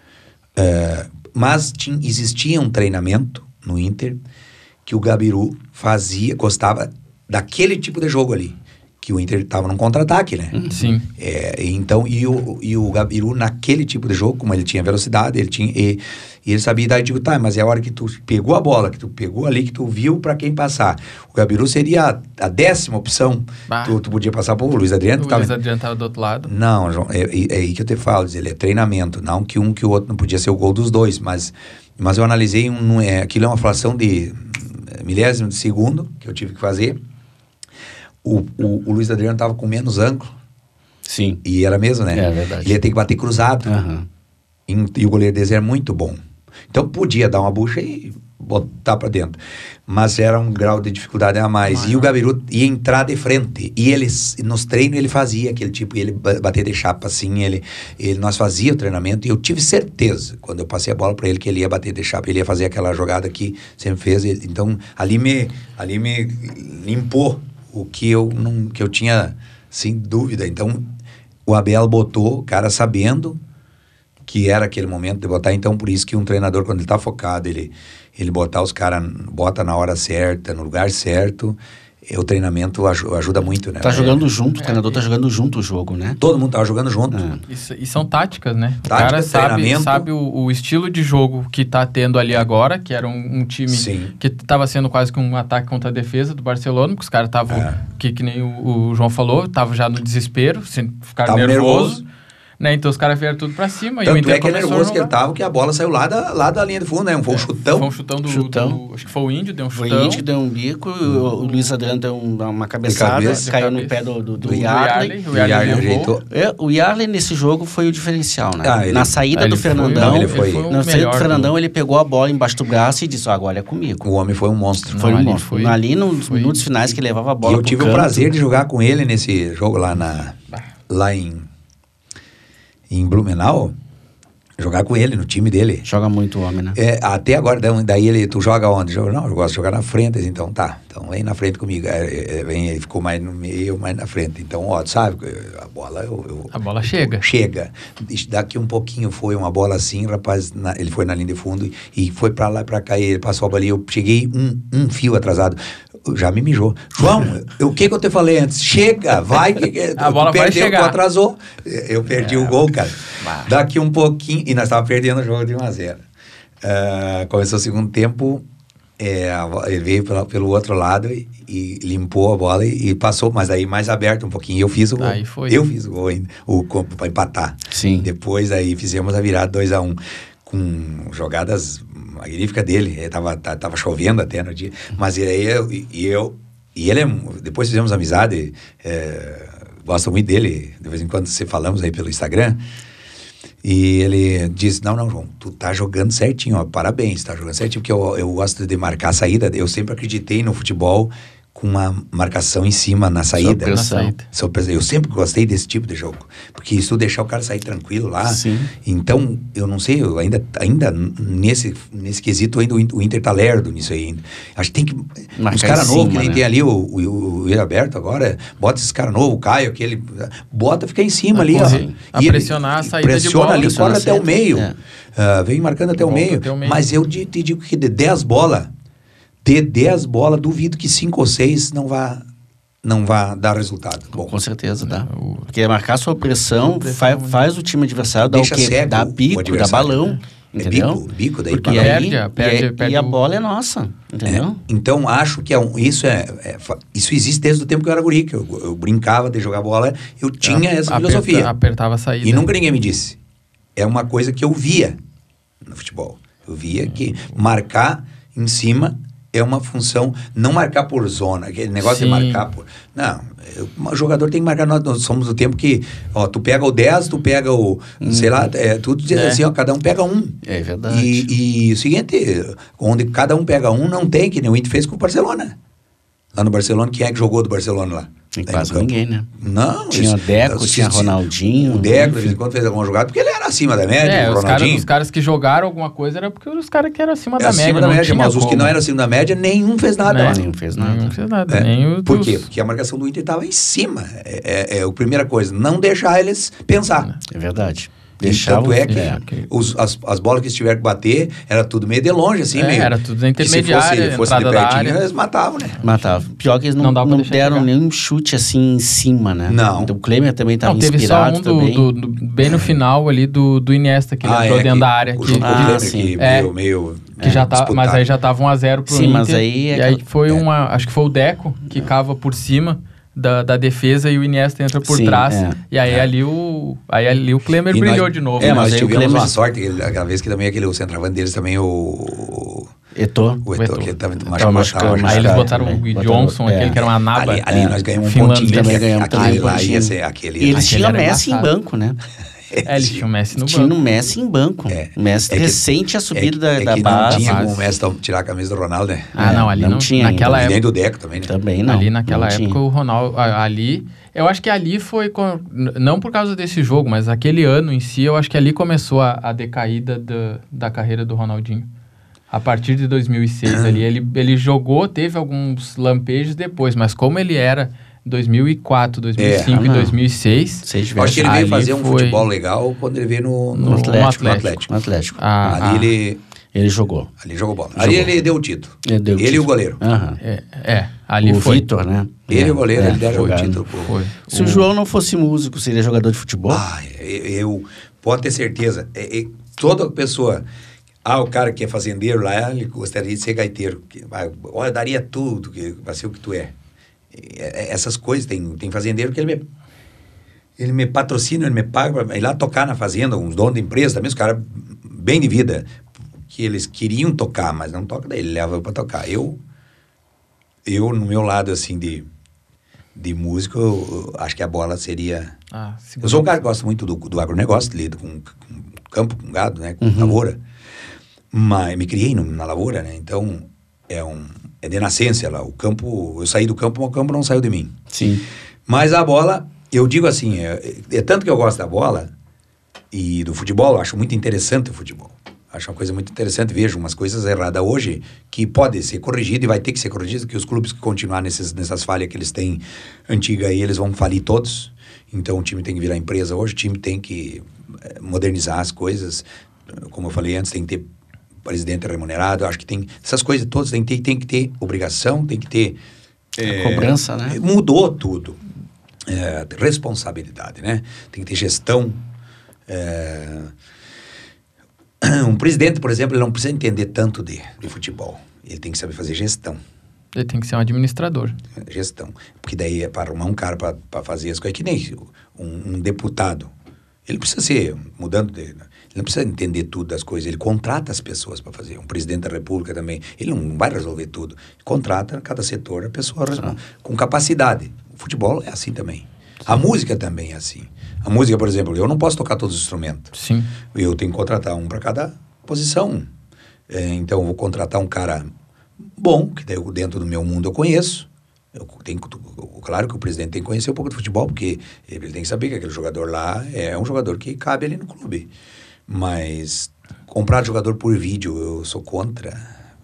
mas existia um treinamento no Inter que o Gabiru gostava daquele tipo de jogo ali, que o Inter estava num contra-ataque, né? Sim. Então, e o Gabiru, naquele tipo de jogo, como ele tinha velocidade, e ele sabia, daí eu digo, mas é a hora que tu pegou a bola, que tu pegou ali, que tu viu para quem passar. O Gabiru seria a 10ª opção. Tu podia passar pro Luiz Adriano. O Luiz Adriano estava do outro lado. Não, João, é aí que eu te falo, ele é treinamento, não que o outro não podia ser o gol dos dois, mas eu analisei, aquilo é uma fração de milésimo de segundo que eu tive que fazer. O Luiz Adriano estava com menos ângulo. Sim. E era mesmo, né? É verdade. Ele ia ter que bater cruzado. E o goleiro dele era muito bom. Então podia dar uma bucha e botar para dentro. Mas era um grau de dificuldade a mais. E o Gabiru ia entrar de frente. E nos treinos ele fazia aquele tipo, ele bater de chapa assim, nós fazia o treinamento e eu tive certeza, quando eu passei a bola para ele, que ele ia bater de chapa, ele ia fazer aquela jogada que sempre fez. Então ali me limpou o que eu tinha, sem dúvida. Então, o Abel botou o cara sabendo que era aquele momento de botar. Então, por isso que um treinador, quando ele tá focado, ele botar os caras, bota na hora certa, no lugar certo, o treinamento ajuda muito, né? Tá jogando junto, o treinador tá jogando junto o jogo, né? Todo mundo tava jogando junto. E são táticas, né? O cara sabe o estilo de jogo que tá tendo ali agora, que era um time que tava sendo quase que um ataque contra a defesa do Barcelona, porque os caras estavam, que nem o João falou, estavam já no desespero, ficaram nervoso. Né? Então os caras vieram tudo pra cima. Tanto e o Inter que é nervoso que ele tava, que a bola saiu lá da linha de fundo, né? Foi um chutão. Foi um chutão acho que foi o Índio, deu um chutão. Foi o Índio que deu um bico, o Luiz Adriano deu uma cabeçada, caiu no pé do Yarley. O Yarley ajeitou. O Yarley nesse jogo foi o diferencial, né? Na saída do Fernandão, ele pegou a bola embaixo do braço e disse, agora é comigo. O homem foi um monstro. Foi um monstro. Ali nos minutos finais que levava a bola pro campo. E eu tive o prazer de jogar com ele nesse jogo lá em Blumenau, jogar com ele, no time dele. Joga muito o homem, né? Até agora, daí tu joga onde? Não, eu gosto de jogar na frente, então tá. Então vem na frente comigo. Ele ficou mais no meio, mais na frente. Então, sabe, a bola... A bola chega. Chega. Daqui um pouquinho foi uma bola assim, rapaz, ele foi na linha de fundo e foi pra lá e pra cá, e ele passou a bola e eu cheguei um fio atrasado. Já me mijou. João, o que eu te falei antes? Chega, vai. A bola vai chegar. Tu atrasou. Eu perdi o gol, cara. Daqui um pouquinho, e nós estávamos perdendo o jogo de 1-0. Começou o segundo tempo, ele veio pelo outro lado e limpou a bola e passou, mas aí mais aberto um pouquinho. Eu fiz o gol. Eu fiz o gol ainda, para empatar. Sim. Depois aí fizemos a virada 2-1 com jogadas magníficas dele. Tava chovendo até no dia, mas ele depois fizemos amizade, gosto muito dele, de vez em quando falamos aí pelo Instagram. E ele disse, não, João, tu tá jogando certinho, parabéns, tá jogando certinho, porque eu gosto de marcar a saída. Eu sempre acreditei no futebol com uma marcação em cima na saída. Eu sempre gostei desse tipo de jogo, porque se tu deixar o cara sair tranquilo lá, então, eu não sei, ainda nesse quesito, ainda o Inter tá lerdo nisso aí ainda. Acho que tem que... Os caras novos, que nem tem ali o Alberto agora, bota esses caras novos, o Caio, aquele... Bota, fica em cima ali, ó. Pressionar a saída de bola. Ali, corre até o meio. Vem marcando até o meio. Mas eu te digo que de 10 bolas, ter 10 bolas, duvido que 5 ou 6 não vá dar resultado. Bom, com certeza dá. Porque marcar sua pressão faz o time adversário dar o deixa quê? cego Dá o bico, dá adversário. balão. Entendeu? Bico daí Porque pra aí, perde e a bola é nossa, entendeu? Então, acho que isso existe desde o tempo que eu era guri, que eu brincava de jogar bola, eu tinha essa filosofia. Apertava a saída. E nunca ninguém me disse. É uma coisa que eu via no futebol. Eu via que marcar em cima é uma função, não marcar por zona, aquele negócio de marcar por... Não, o jogador tem que marcar, nós somos do tempo que, ó, tu pega o 10, tu pega o, sei lá, tudo assim, ó, cada um pega um. É verdade. E o seguinte, onde cada um pega um, não tem, que nem o Inter fez com o Barcelona. Lá no Barcelona, quem é que jogou do Barcelona lá? Quase ninguém, né? Não. Tinha o Deco, tinha Ronaldinho. O Deco, de vez em quando, fez alguma jogada, porque ele era acima da média, o Ronaldinho. Os caras que jogaram alguma coisa era porque os caras que eram acima da média. Acima da média, mas os que não eram acima da média, nenhum fez nada lá. Nenhum fez nada. Por quê? Porque a marcação do Inter estava em cima. É a primeira coisa, não deixar eles pensar. É verdade. Tanto é que as bolas que eles tiveram que bater, era tudo meio de longe, assim, meio. Era tudo na intermediária, se fosse de pertinho, eles matavam, né? Matavam. Pior que eles não deram nenhum chute assim em cima, né? Não. Então, o Klemer também estava inspirado também. Teve só um bem no final ali do Iniesta, que ele entrou dentro da área. Sim. Meio que já tá, mas aí já tava 1-0 pro Inter. Mas aí e aí foi acho que foi o Deco que cava por cima da defesa e o Iniesta entra por trás. E aí ali o Klemer brilhou de novo. Mas aí tivemos uma sorte, aquela vez que também aquele centroavante deles também, o Eto'o. O Eto'o, que ele tava machucado. Aí eles botaram o Johnson, aquele que era uma naba. Ali nós ganhamos um pontinho. Também ganhamos aquele lá ia ser aquele. E eles tinham Messi em banco, né? Eles tinham o Messi no banco. Tinha o Messi em banco. O Messi recente a subida da base. Não tinha como o Messi tirar a camisa do Ronaldo, né? Não, ali não tinha. Naquela época. Nem do Deco também, né? Também não. Ali naquela época o Ronaldo, ali... Eu acho que ali foi, não por causa desse jogo, mas aquele ano em si, eu acho que ali começou a decaída da carreira do Ronaldinho. A partir de 2006 ali, ele jogou, teve alguns lampejos depois, mas como ele era 2004, 2005 e 2006... Eu acho que ele veio fazer um futebol legal quando ele veio no Atlético. Ali ele jogou. Ali jogou bola. Ali ele deu o título. Ele e o goleiro. Ali o Vitor, né? Ele e o goleiro, ele deram o título. Se o João não fosse músico, seria jogador de futebol? Eu pode ter certeza. Toda pessoa... o cara que é fazendeiro lá, ele gostaria de ser gaiteiro. Eu daria tudo para ser o que tu é. Essas coisas, tem fazendeiro que ele me patrocina, ele me paga para ir lá tocar na fazenda, uns donos de empresa também, os caras bem de vida, que eles queriam tocar, mas não toca, daí ele leva para tocar. Eu, no meu lado, assim, de músico, eu acho que a bola seria... eu sou um cara que gosta muito do agronegócio, lido com campo, com gado, né, com lavoura, mas me criei na lavoura, né, então é de nascença lá, o campo, eu saí do campo, mas o campo não saiu de mim. Sim. Mas a bola, eu digo assim, é tanto que eu gosto da bola e do futebol, eu acho muito interessante o futebol. Acho uma coisa muito interessante, vejo umas coisas erradas hoje que pode ser corrigido e vai ter que ser corrigido, que os clubes que continuar nessas falhas que eles têm antigas aí, eles vão falir todos. Então o time tem que virar empresa hoje, o time tem que modernizar as coisas. Como eu falei antes, tem que ter presidente remunerado, eu acho que tem essas coisas todas, tem que ter obrigação, tem que ter... cobrança, né? Mudou tudo. Responsabilidade, né? Tem que ter gestão. Um presidente, por exemplo, ele não precisa entender tanto de futebol. Ele tem que saber fazer gestão. Ele tem que ser um administrador. Gestão. Porque daí é para arrumar um cara para fazer as coisas. Que nem um deputado. Ele precisa ser, ele não precisa entender tudo das coisas. Ele contrata as pessoas para fazer. Um presidente da república também. Ele não vai resolver tudo. Ele contrata cada setor a pessoa com capacidade. O futebol é assim também. Sim. A música também é assim. A música, por exemplo, eu não posso tocar todos os instrumentos. Sim. Eu tenho que contratar um para cada posição. Então, eu vou contratar um cara bom, que daí dentro do meu mundo eu conheço. Claro que o presidente tem que conhecer um pouco de futebol, porque ele tem que saber que aquele jogador lá é um jogador que cabe ali no clube. Mas comprar jogador por vídeo, eu sou contra.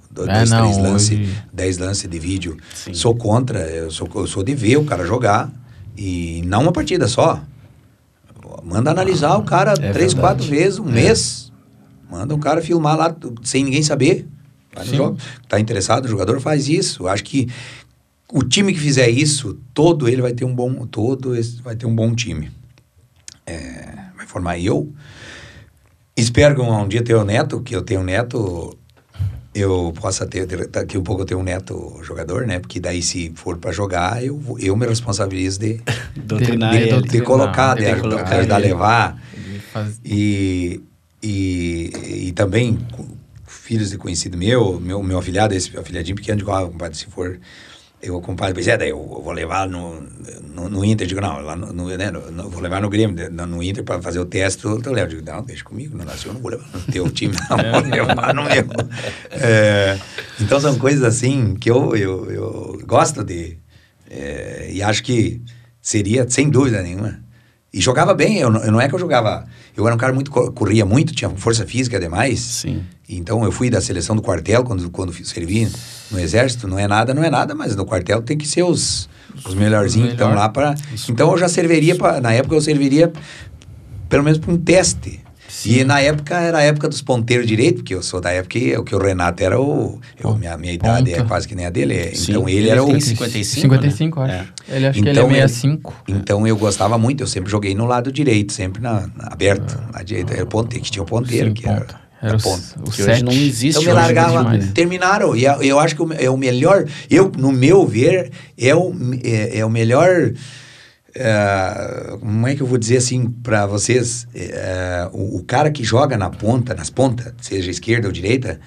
10 lances de vídeo. Sim. Sou contra. Eu sou de ver o cara jogar e não uma partida só. Manda analisar o cara 3, 4 vezes, um mês. Manda um cara filmar lá sem ninguém saber. Vai no jogo. Tá interessado, o jogador faz isso. Eu acho que o time que fizer isso, todo ele vai ter um bom time. Vai formar. E eu espero que um dia ter um neto, que eu tenho um neto, eu possa ter, daqui a pouco eu tenho um neto jogador, né? Porque daí se for para jogar, eu me responsabilizo de colocar, de ajudar a levar. E também filhos de conhecido meu afilhado, esse afilhadinho pequeno, compadre, se for, eu compadre, daí eu vou levar no Inter, digo, não, lá vou levar no Grêmio, no Inter para fazer o teste, eu levo, digo, não, deixa comigo, não nasceu, eu não vou levar no teu time, não, vou levar no meu. Então são coisas assim que eu gosto de, e acho que seria, sem dúvida nenhuma. E jogava bem, não é que eu jogava... Eu era um cara corria muito, tinha força física demais. Sim. Então eu fui da seleção do quartel, quando servi no exército, não é nada, mas no quartel tem que ser os melhorzinhos que estão lá para... Então eu já serviria, na época eu serviria pelo menos para um teste. Sim. E na época era a época dos ponteiros direito, porque eu sou da época que o Renato era minha idade é quase que nem a dele. Sim. Então ele era o... 55, né? Acho. Ele acho que ele é 65. Então eu gostava muito, eu sempre joguei no lado direito, sempre aberto. Na direita era o ponteiro, que tinha o ponteiro, sim, que era ponta. O que hoje não existe. Então me largava, terminaram. E eu acho que é o melhor, no meu ver, é o melhor... como é que eu vou dizer assim para vocês, o cara que joga nas pontas, seja esquerda ou direita,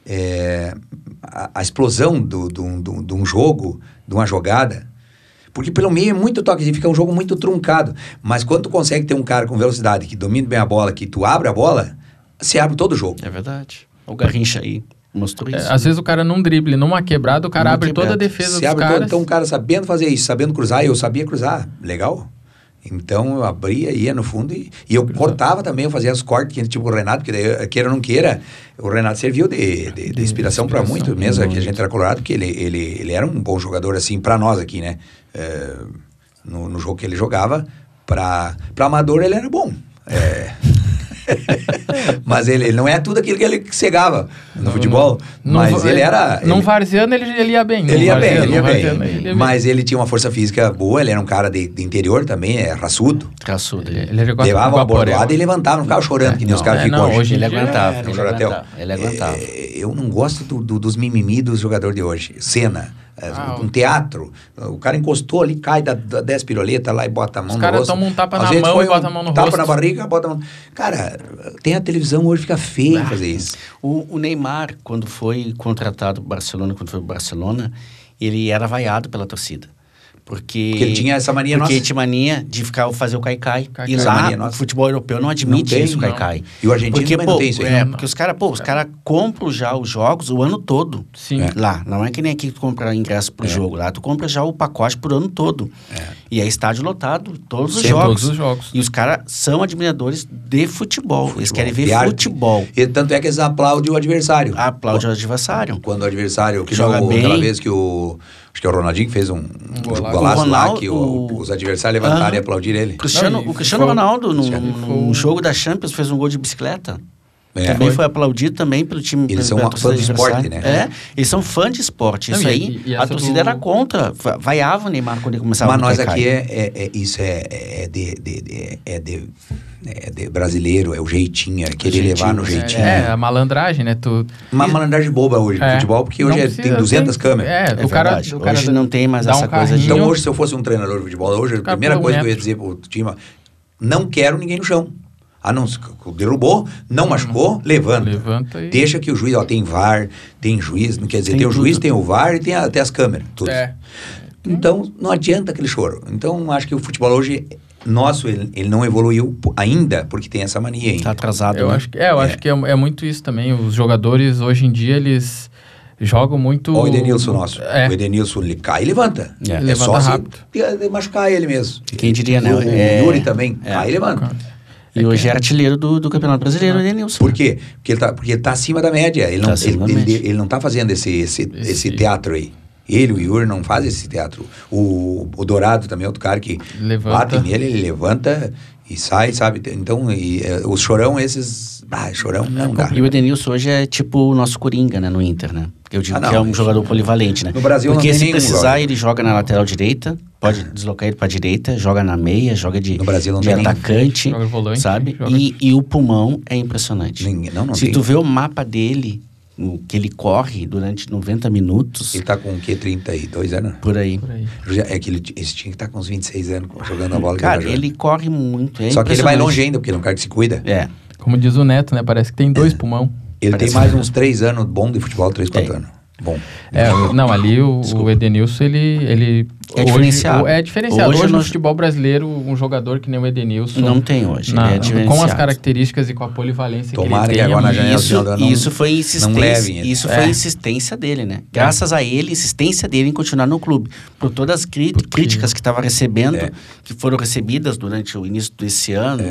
a explosão de um jogo, de uma jogada, porque pelo meio é muito toque, fica um jogo muito truncado, mas quando tu consegue ter um cara com velocidade, que domina bem a bola, que tu abre a bola, você abre todo o jogo. É verdade. O Garrincha aí mostrou isso. Às vezes o cara num drible, numa quebrada, o cara abre toda a defesa dos caras. Então o cara sabendo fazer isso, sabendo cruzar, eu sabia cruzar, legal. Então eu abria, ia no fundo e eu cortava também, eu fazia os cortes, tipo o Renato, porque daí, queira ou não queira, o Renato serviu de inspiração para muitos mesmo, que a gente era colorado, porque ele era um bom jogador assim para nós aqui, né? No jogo que ele jogava, para amador ele era bom. Mas ele não é tudo aquilo que ele cegava no futebol, mas ele era... Não varzeando, ele ia bem. Ele ia bem. Mas ele tinha uma força física boa, ele era um cara de interior também, raçudo. Raçudo. Ele levava uma bordoada e levantava, não ficava chorando, que nem os caras ficam hoje. Ele aguentava. Ele aguentava. Eu não gosto dos mimimi dos jogadores de hoje. Cena. Um teatro, o cara encostou ali, cai, dá 10 piroletas lá e bota a mão no rosto. Os caras tomam um tapa na mão e bota a mão no rosto. Tapa na barriga, bota a mão... Cara, tem a televisão hoje, fica feio fazer isso. O Neymar, quando foi contratado pro Barcelona, ele era vaiado pela torcida. Porque ele tinha essa mania nossa. Porque ele tinha mania de fazer o cai-cai. E lá, o futebol europeu não admite isso, o cai-cai. E o argentino também não tem isso aí. Porque os caras compram já os jogos o ano todo. Sim. Lá. Não é que nem aqui tu compra ingresso pro jogo. Lá tu compra já o pacote pro ano todo. E é estádio lotado, todos os jogos. E os caras são admiradores de futebol. Eles querem ver futebol. E tanto é que eles aplaudem o adversário. Aplaudem o adversário. Quando o adversário... Que joga bem. Aquela vez que acho que é o Ronaldinho que fez um golaço lá, que os adversários levantaram e aplaudiram ele. O Cristiano Ronaldo, num jogo da Champions, fez um gol de bicicleta. Também foi aplaudido também pelo time. Eles são fãs de esporte, né? Eles são fãs de esporte. Isso aí, a torcida era contra. Vaiava o Neymar quando ele começava a Mas nós aqui isso é de brasileiro, é o jeitinho, é querer levar no jeitinho. A malandragem, né? Uma malandragem boba hoje no futebol, porque hoje tem 200 câmeras. O cara hoje não tem mais essa coisa de... Então hoje, se eu fosse um treinador de futebol, hoje a primeira coisa que eu ia dizer pro time, não quero ninguém no chão. Não, derrubou, não machucou, levanta e... Deixa que o juiz, tem VAR, tem juiz, não quer dizer, tem o juiz, tem o VAR e tem até as câmeras, tudo. Então, não adianta aquele choro. Então, acho que o futebol hoje, nosso, ele não evoluiu ainda, porque tem essa mania ainda. Tá atrasado, eu acho que é muito isso também. Os jogadores, hoje em dia, eles jogam muito... Olha o Edenilson nosso. O Edenilson, ele cai e levanta. Levanta rápido. Se machucar ele mesmo. Quem diria, né? O Yuri também, cai e levanta. E hoje é artilheiro do Campeonato Brasileiro, o Edenilson. Por quê? Porque ele tá acima da média. Ele não tá fazendo esse teatro aí. Ele, o Yuri, não faz esse teatro. O Dourado também é outro cara que bate nele, ele levanta e sai, sabe? Então, os chorão, esses Chorão não dá. E o Edenilson hoje é tipo o nosso Coringa, né, no Inter, né? Eu digo que é um jogador polivalente, né? No Brasil porque não tem se nenhum precisar, jogador. ele joga na lateral direita, pode deslocar ele pra direita, joga na meia, joga de No Brasil não de tem nenhum. atacante, Joga volante, sabe? joga- E o pulmão é impressionante. Não Se tem. tu vê o mapa dele, o que ele corre durante 90 minutos, Ele tá com o quê? 32 anos? por aí. Por aí. É que esse tinha que estar com uns 26 anos jogando a bola. Cara, que ele tá ele corre muito, é Só que ele vai impressionante. longe ainda, porque ele é um cara que se cuida. É. Como diz o Neto, né? Parece que tem 2 pulmão. Ele Parece tem mais que- uns 3 anos bom de futebol, 3, 4 Tem. anos. Bom. Não, ali o Edenilson, ele É hoje, diferenciado. É diferenciado. Hoje Hoje no nós- futebol brasileiro, um jogador que nem o Edenilson... Não tem hoje, na- ele é diferenciado. com as características e com a polivalência Tomara que que ele tem. agora na é muito- janela Isso, final do ano isso foi insistência. não levem ele. Isso foi insistência dele, né? Graças a ele, insistência dele em continuar no clube. Por todas as críticas que estava recebendo, que foram recebidas durante o início desse ano,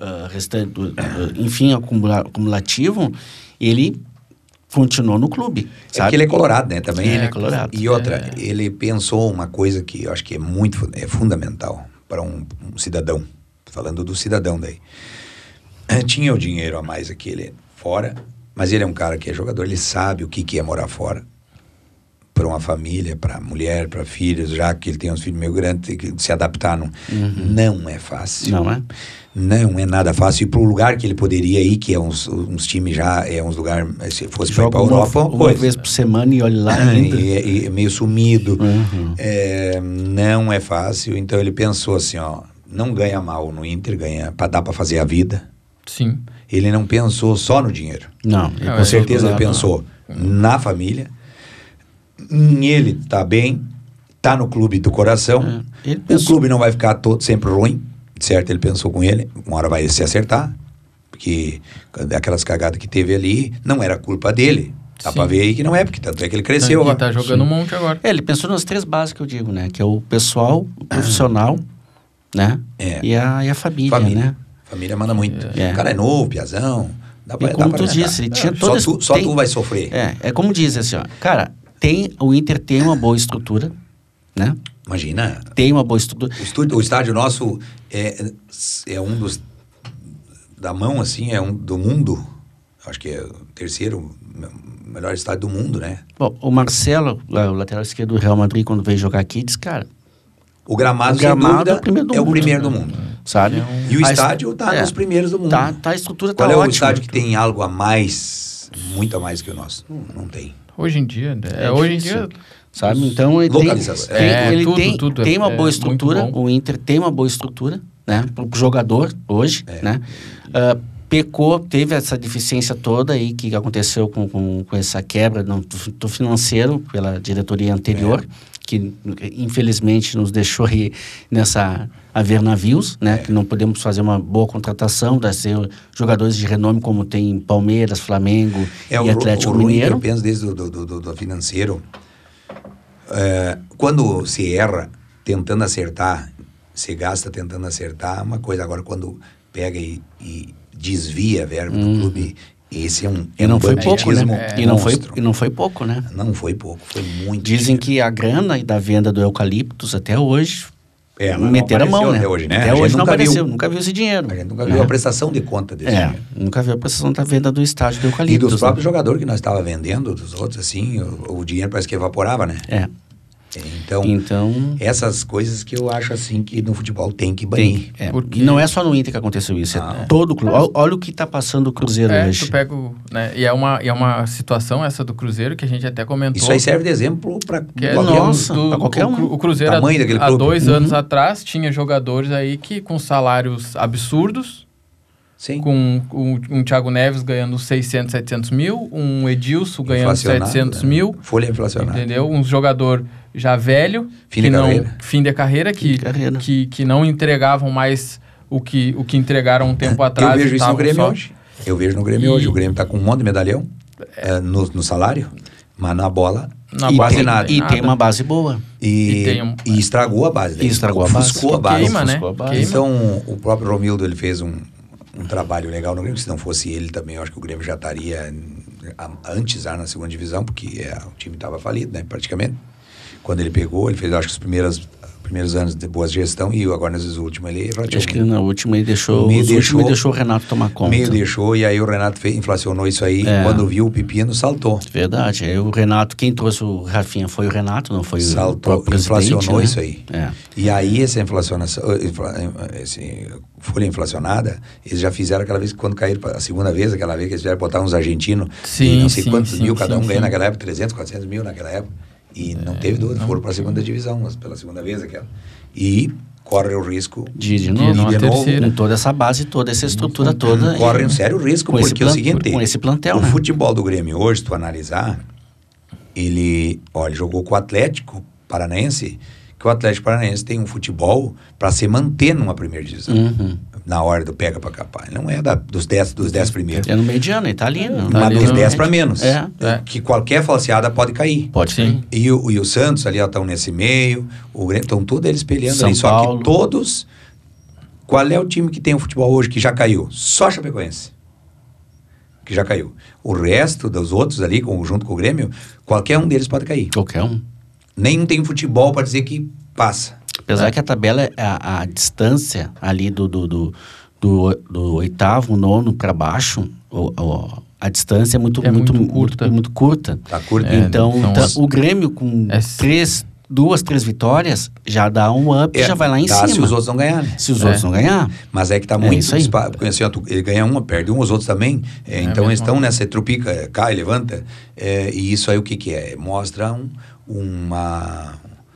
enfim, acumulativo, ele continuou no clube. É Sabe? porque ele é colorado, né? Também. Ele é colorado. E outra, ele pensou uma coisa que eu acho que é fundamental para um cidadão. Falando do cidadão daí. Tinha o dinheiro a mais aqui, ele fora, mas ele é um cara que é jogador, ele sabe o que é morar fora. Para uma família, para mulher, para filhos, já que ele tem uns filhos meio grandes, tem que se adaptar. Não é fácil. Não é? Não é nada fácil. E para o lugar que ele poderia ir, que é uns times já, é uns lugares, se fosse para ir para a Europa, uma vez por semana e olha lá ainda. e é meio sumido. Não é fácil. Então ele pensou assim, ó, não ganha mal no Inter, ganha para dar para fazer a vida. Sim. Ele não pensou só no dinheiro. Não, Com certeza ele pensou na família, em ele tá bem, tá no clube do coração. Ele O pensou- clube não vai ficar sempre ruim, certo? Ele pensou com ele, uma hora vai se acertar, porque aquelas cagadas que teve ali não era culpa dele. Dá Sim. pra ver aí que não é, porque tanto é que ele cresceu. E ó. tá jogando um monte agora. Ele pensou nas 3 bases que eu digo, né? Que é o pessoal, o profissional, né? E a família, né? Família manda muito. É. O cara é novo, piazão. Dá pra, E como dá pra tu arranjar. disse, ele tinha todo esse- Só tem- tu vai sofrer. É como diz assim, ó. Cara, o Inter tem uma boa estrutura, né? Imagina. Tem uma boa estrutura. O estádio nosso é um dos... Da mão, assim, é um do mundo. Acho que é o terceiro melhor estádio do mundo, né? Bom, o Marcelo, o lateral esquerdo do Real Madrid, quando veio jogar aqui, disse, cara, O gramado, O gramado sem dúvida, é o primeiro do é o mundo. primeiro do mundo. sabe? E o A estádio tá nos primeiros do mundo. Tá, a estrutura Qual tá é o ótima. estádio que tem algo a mais, muito a mais que o nosso? Não tem. Hoje em dia, É hoje em difícil. dia... Sabe? Então ele Localização. Tudo tem uma é boa muito estrutura. bom. O Inter tem uma boa estrutura, né? Pro jogador hoje, É. né? Pecou, teve essa deficiência toda aí que aconteceu com essa quebra do financeiro pela diretoria anterior, que infelizmente nos deixou aí a ver navios, né? Que não podemos fazer uma boa contratação, ser jogadores de renome como tem Palmeiras, Flamengo e Atlético Mineiro. Eu penso desde do financeiro. Quando se erra tentando acertar, se gasta tentando acertar, é uma coisa. Agora, quando pega e desvia a verba do clube, esse é um E não foi pouco, né? banditismo E não foi pouco, né? Não foi pouco, foi muito. Dizem que a grana da venda do eucaliptus até hoje mas não meteram a mão, apareceu né? até hoje, né? Até A gente hoje não nunca apareceu, viu. nunca viu esse dinheiro. A gente nunca viu a prestação de conta desse dinheiro. Nunca viu a prestação da venda do estádio do E eucaliptus. dos próprios jogadores que nós estávamos vendendo, dos outros, assim, o dinheiro parece que evaporava, né? Então, essas coisas que eu acho, assim, que no futebol tem que banir. Porque- E não é só no Inter que aconteceu isso, é todo o clube. Olha o que está passando o Cruzeiro hoje. Tu pega, né? E é uma situação essa do Cruzeiro que a gente até comentou. Isso aí serve de exemplo para Que é Nossa, do- pra qualquer um. O Cruzeiro, Tamanho daquele há clube. 2 anos atrás, tinha jogadores aí que com salários absurdos, Sim. com um Thiago Neves ganhando 600, 700 mil, um Edilson ganhando Inflacionado, 700 né? mil, Folha inflacionada. entendeu? Um jogador já velho, Fim de carreira. fim de carreira, Fim de carreira. que não entregavam mais o que entregaram um tempo atrás. Eu vejo isso no estavam Grêmio só- hoje. Eu vejo no Grêmio hoje. O Grêmio tá com um monte de medalhão no salário, mas na bola Na quase base nada. E tem uma base boa. E tem um- E estragou a base. daí. E estragou a base. Ofuscou a base. Queima, né? ofuscou a base. Queima. Então, o próprio Romildo, ele fez um trabalho legal no Grêmio. Se não fosse ele também, eu acho que o Grêmio já estaria antes na segunda divisão, porque o time estava falido, né, praticamente. Quando ele pegou, ele fez, eu acho que as primeiras primeiros anos de boa gestão e agora nesses últimos ele... Acho que na última ele deixou o Renato tomar conta. Meio deixou e aí o Renato inflacionou isso aí. Quando viu o pepino, saltou. Verdade. Aí o Renato, quem trouxe o Rafinha foi o Renato, não foi saltou, o presidente. Inflacionou, né? Isso aí. E aí essa inflacionação, folha inflacionada, eles já fizeram aquela vez, quando caíram a segunda vez, aquela vez que eles fizeram botar uns argentinos, não sei quantos mil, cada um ganha naquela época, 300, 400 mil naquela época. E não teve dúvida, foram para a segunda divisão, mas pela segunda vez aquela. E corre o risco de novo, com toda essa base, toda essa estrutura toda. Corre um sério risco, porque é o seguinte, com esse plantel, o futebol do Grêmio hoje, se tu analisar, ele jogou com o Atlético Paranaense, que o Atlético Paranaense tem um futebol para se manter numa primeira divisão. Na hora do pega para capar. Não é dos 10 primeiros. É no mediano, ele tá ali. Mas dos 10 para menos. Que qualquer falseada pode cair. Pode sim. E o Santos ali estão nesse meio, o Grêmio, estão todos eles peleando São ali. Só Paulo. que todos... Qual é o time que tem o futebol hoje que já caiu? Só Chapecoense. Que já caiu. O resto dos outros ali, junto com o Grêmio, qualquer um deles pode cair. Qualquer um. Nenhum tem futebol para dizer que passa. Apesar que a tabela, a distância ali do oitavo, nono para baixo, a distância é muito curta. Tá curta. Então, o Grêmio com 2, 3 vitórias já dá um up, já vai lá em cima. Se os outros não ganharem. Se os outros não ganhar. Mas é que tá muito... Porque assim, ele ganha uma, perde um, os outros também. Então eles estão nessa trupica, cai, levanta. E isso aí o que é? Mostra uma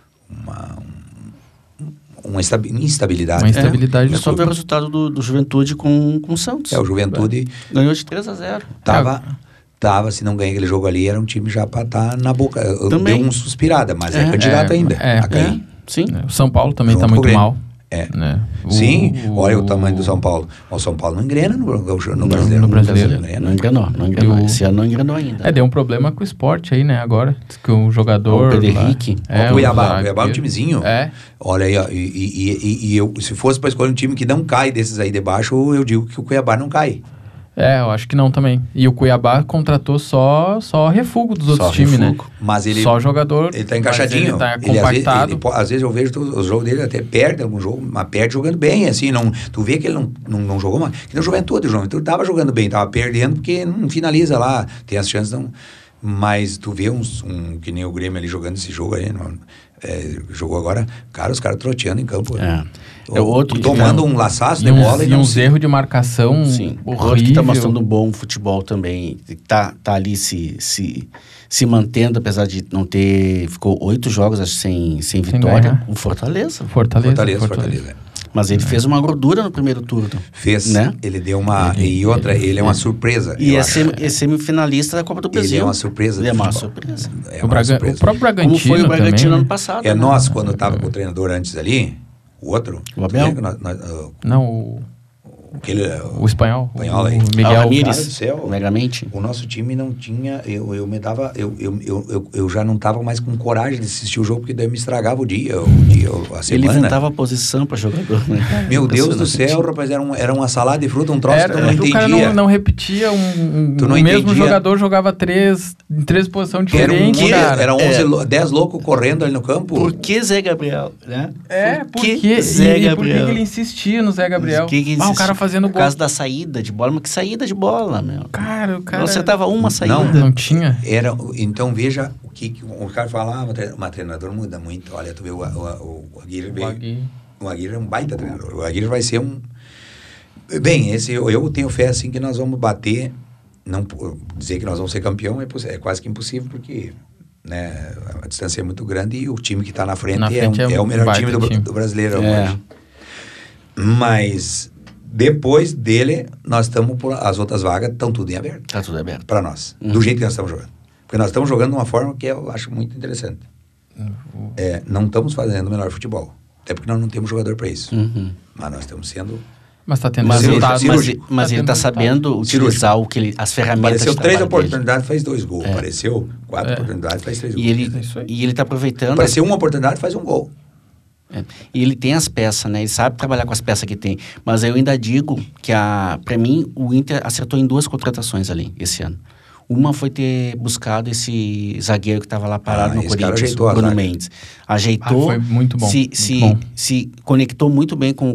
instabilidade. Uma instabilidade. É só ver o resultado do Juventude com o Santos. O Juventude... Ganhou de 3-0. Tava, se não ganha aquele jogo ali, era um time já para estar na boca. Também. Deu uma suspirada, mas é candidato ainda a cair. Sim. O São Paulo também está muito mal. Né? Sim, olha o tamanho do São Paulo. O São Paulo não engrena no brasileiro. No brasileiro. Não engrenou. Esse ano não engrenou ainda. Deu um problema com o esporte aí, né? Agora, que o jogador... O Pedro Henrique. O Cuiabá é um timezinho. Olha aí, ó, e eu, se fosse para escolher um time que não cai desses aí de baixo, eu digo que o Cuiabá não cai. Eu acho que não também. E o Cuiabá contratou só refugo dos outros times, né? Mas ele... Só jogador... Ele tá encaixadinho. Ele tá compactado. Às vezes eu vejo o jogo dele, até perde algum jogo, mas perde jogando bem, assim. Tu vê que ele não jogou mais. Que nem o Juventude. O Juventude tava jogando bem, tava perdendo porque não finaliza lá. Tem as chances, não... Mas tu vê que nem o Grêmio ali jogando esse jogo aí, jogou agora, os caras troteando em campo. Tomando um laçaço de bola e uns erros de marcação. Sim. Horrível. O outro que tá mostrando um bom futebol também, tá ali se mantendo, apesar de não ter... Ficou 8 jogos, acho, sem vitória. O Fortaleza. Fortaleza. Mas ele fez uma gordura no primeiro turno. Fez, né? Ele deu uma... ele é uma surpresa. E é semifinalista da Copa do Brasil. Ele é uma surpresa. O próprio Bragantino. Como foi o Bragantino também, ano passado. Nós, quando estava com o treinador antes ali, o outro... O Abel? O espanhol. Aí. O Miguel Ramírez. Megamente. O nosso time não tinha... Eu já não estava mais com coragem de assistir o jogo, porque daí me estragava a semana. Ele inventava a posição para jogador, né? Meu Deus do céu, rapaz, era uma salada de fruta, um troço que eu não entendia. O cara não repetia o mesmo jogador jogava em 3 posições diferentes, Era 10 loucos correndo ali no campo. Por que Zé Gabriel, né? Por que Zé Gabriel? Por que ele insistia no Zé Gabriel? O cara fazendo gol. Por causa da saída de bola, mas que saída de bola, meu. Cara, o cara... Não acertava uma saída. Não tinha. Então, veja o que o cara fala, uma treinador muda muito. Olha, tu vê o Aguirre. O Aguirre é um baita treinador. O Aguirre vai ser um... Bem, eu tenho fé, assim, que nós vamos bater... Não dizer que nós vamos ser campeão é quase que impossível, porque... Né, a distância é muito grande e o time que está na frente é o melhor time do brasileiro hoje. Mas... Depois dele, nós estamos por... As outras vagas estão tudo em aberto. Está tudo aberto. Para nós. Do jeito que nós estamos jogando. Porque nós estamos jogando de uma forma que eu acho muito interessante. Não estamos fazendo o melhor futebol. Até porque nós não temos jogador para isso. Mas nós estamos sendo... Mas está tendo resultado. Mas ele está sabendo utilizar as ferramentas. Apareceu 3 oportunidades, faz 2 gols. Apareceu 4 oportunidades, faz 3 gols. E ele está aproveitando... Apareceu uma oportunidade, faz um gol. E ele tem as peças, né? Ele sabe trabalhar com as peças que tem. Mas eu ainda digo que, para mim, o Inter acertou em 2 contratações ali, esse ano. Uma foi ter buscado esse zagueiro que estava lá parado no Corinthians, o Bruno Mendes. Ajeitou. Foi muito bom. Se conectou muito bem com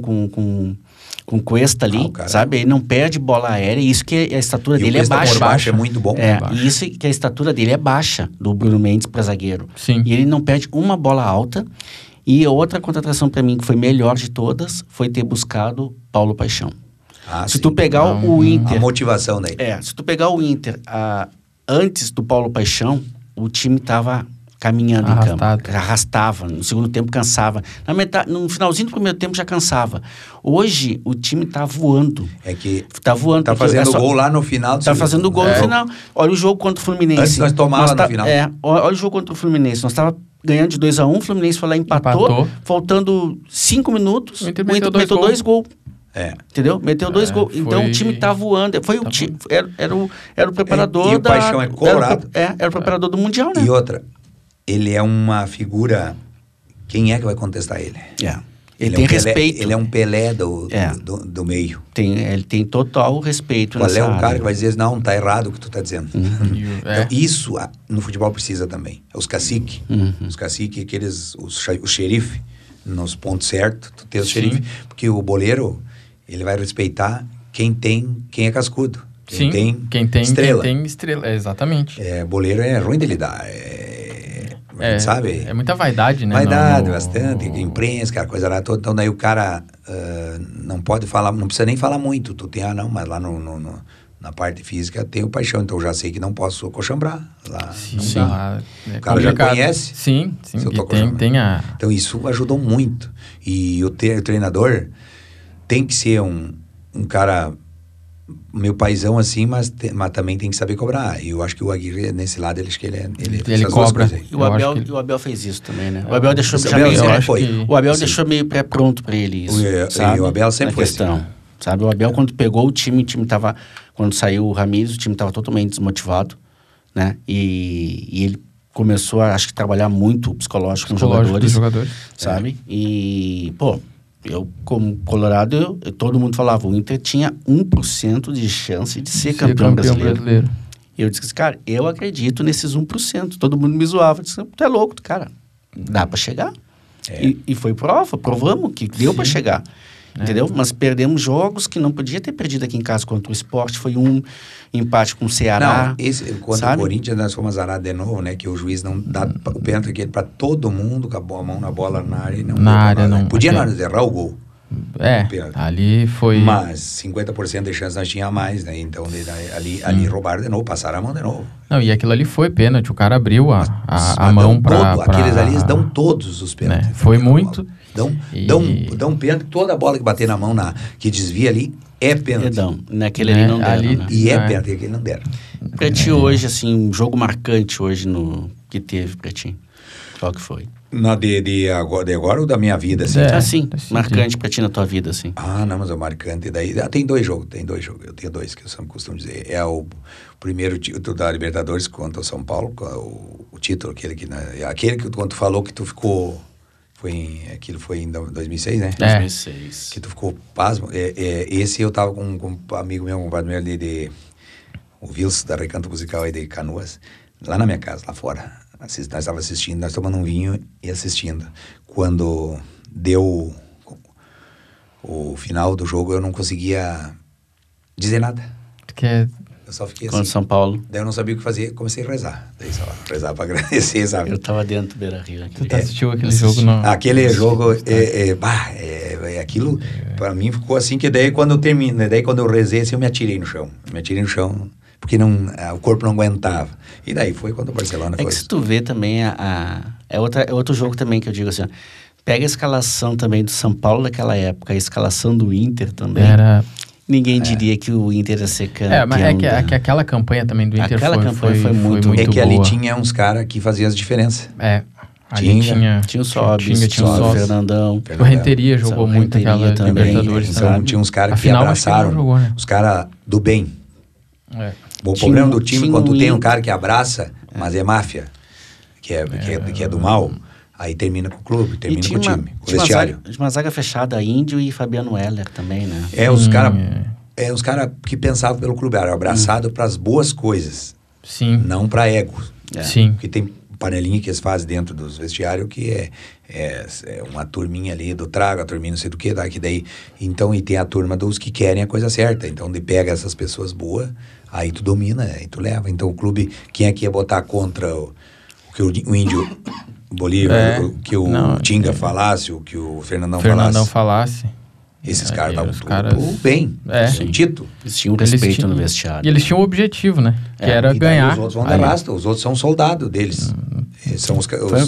o Cuesta ali, sabe? Ele não perde bola aérea, e isso que a estatura dele é baixa. Por baixo é muito bom. E isso que a estatura dele é baixa, do Bruno Mendes para zagueiro. Sim. E ele não perde uma bola alta. E outra contratação para mim que foi melhor de todas foi ter buscado Paulo Paixão. Se tu pegar o Inter... A motivação daí. Se tu pegar o Inter antes do Paulo Paixão, o time tava caminhando em campo. Arrastava. No segundo tempo cansava. No finalzinho do primeiro tempo já cansava. Hoje o time tá voando. Tá voando. Tá fazendo gol lá no final. Tá fazendo gol no final. Olha o jogo contra o Fluminense. Antes nós tomávamos no final. Olha o jogo contra o Fluminense. Nós tava ganhando de 2-1, o Fluminense foi lá e empatou. Faltando 5 minutos, o Inter meteu 2 gols. Entendeu? Meteu 2 gols. Então o time tá voando. Foi o time. Era o preparador e o Paixão é colorado. Era o preparador do Mundial, né? E outra, ele é uma figura. Quem é que vai contestar ele? Ele tem respeito. Ele é um Pelé do meio. Ele tem total respeito. Qual é o cara que vai dizer, não, tá errado o que tu tá dizendo. Então, isso no futebol precisa também. Os caciques. Os caciques, o xerife, nos pontos certos, tu tem o xerife. Porque o boleiro, ele vai respeitar quem é cascudo. Quem tem estrela. Quem tem estrela, exatamente. Boleiro é ruim dele dar. Sabe? É muita vaidade, né? Vaidade, bastante. Imprensa, aquela coisa lá toda. Então, daí o cara não pode falar, não precisa nem falar muito. Tu tem, mas lá na parte física tem o Paixão. Então, eu já sei que não posso coxambrar. Lá, sim. O cara já conhece. Sim. Então, isso ajudou muito. E o treinador tem que ser um cara... meu paizão assim, mas também tem que saber cobrar. E eu acho que o Aguirre, nesse lado, ele cobra. E o Abel fez isso também, né? O Abel deixou deixou meio pré-pronto para ele isso. E o Abel sempre foi assim. Sabe? O Abel, quando pegou o time tava... Quando saiu o Ramires, o time tava totalmente desmotivado, né? E ele começou a, acho que, trabalhar muito o psicológico com os jogadores, sabe? E, eu, como colorado, todo mundo falava, o Inter tinha 1% de chance de ser campeão brasileiro. E eu disse, cara, eu acredito nesses 1%. Todo mundo me zoava. Eu disse, tu é louco, cara. Dá pra chegar. E foi provamos que deu pra chegar. Entendeu? Mas perdemos jogos que não podia ter perdido aqui em casa contra o Sport. Foi um empate com o Ceará. Contra o Corinthians, nós fomos azarados de novo, né? Que o juiz não dá o pênalti aquele pra todo mundo, com a mão na bola na área. Não podia nós errar o gol. Ali foi... Mas 50% de chance nós tínhamos a mais, né? Então, ali roubaram de novo, passaram a mão de novo. Não, e aquilo ali foi pênalti. O cara abriu a mão pra... Aqueles ali, eles dão todos os pênaltis. Foi muito... Dão pênalti, toda a bola que bater na mão, que desvia ali, é pênalti. Naquele ali não deram, né? E é pênalti, aquele não deram. Pra ti hoje, assim, um jogo marcante hoje que teve pra ti? Qual que foi? De agora ou da minha vida, assim? Marcante pra ti na tua vida, assim. Não, mas o marcante daí... tem dois jogos. Eu tenho dois que eu sempre costumo dizer. É o primeiro título da Libertadores contra o São Paulo, o título, aquele que quando tu falou que tu ficou... Aquilo foi em 2006, né? 2006. Que tu ficou pasmo. Esse eu tava com um amigo meu, um compadre meu ali o Wilson, da Recanto Musical aí de Canoas, lá na minha casa, lá fora. Nós estávamos assistindo, nós tomando um vinho e assistindo. Quando deu o final do jogo, eu não conseguia dizer nada. Eu só fiquei assim. São Paulo. Daí eu não sabia o que fazer, comecei a rezar. Daí só rezar pra agradecer, sabe? Eu tava dentro do Beira-Rio. Tu assistiu aquele jogo? Não? Aquele jogo, aquilo pra mim ficou assim, que daí quando eu termino, daí quando eu rezei, assim, eu me atirei no chão. Porque o corpo não aguentava. E daí foi quando o Barcelona foi. Que se tu vê também, é outro jogo também que eu digo assim, ó, pega a escalação também do São Paulo daquela época, a escalação do Inter também. Ninguém diria que o Inter ia ser campeão. Mas que aquela campanha também do Inter foi muito boa. Que ali tinha uns caras que faziam as diferenças. Ali tinha o Sobis, tinha o Fernandão. O Renteria jogou muito aquela Libertadores. Então tinha uns caras que abraçaram, os caras do bem. O problema do time, quando tu tem um cara que abraça, mas é máfia, que é do mal, aí termina com o clube, termina com o time, com o vestiário. Tinha uma zaga fechada, Índio e Fabiano Heller também, né? Os caras que pensavam pelo clube, eram abraçados para as boas coisas. Sim. Não para ego. Sim. Porque tem panelinha que eles fazem dentro dos vestiários que é uma turminha ali do trago, a turminha não sei do que, que daí... Então, e tem a turma dos que querem a coisa certa. Então, de pega essas pessoas boas, aí tu domina, aí tu leva. Então, o clube, quem é que ia botar contra o que o Índio, o Bolívar, o que o Tinga falasse, o que o Fernandão falasse. Esses caras estavam tudo bem. Sim. Tito. Eles tinham respeito no vestiário. E eles tinham um objetivo, né? Que era ganhar. Os outros vão de rasta, os outros são soldados deles. São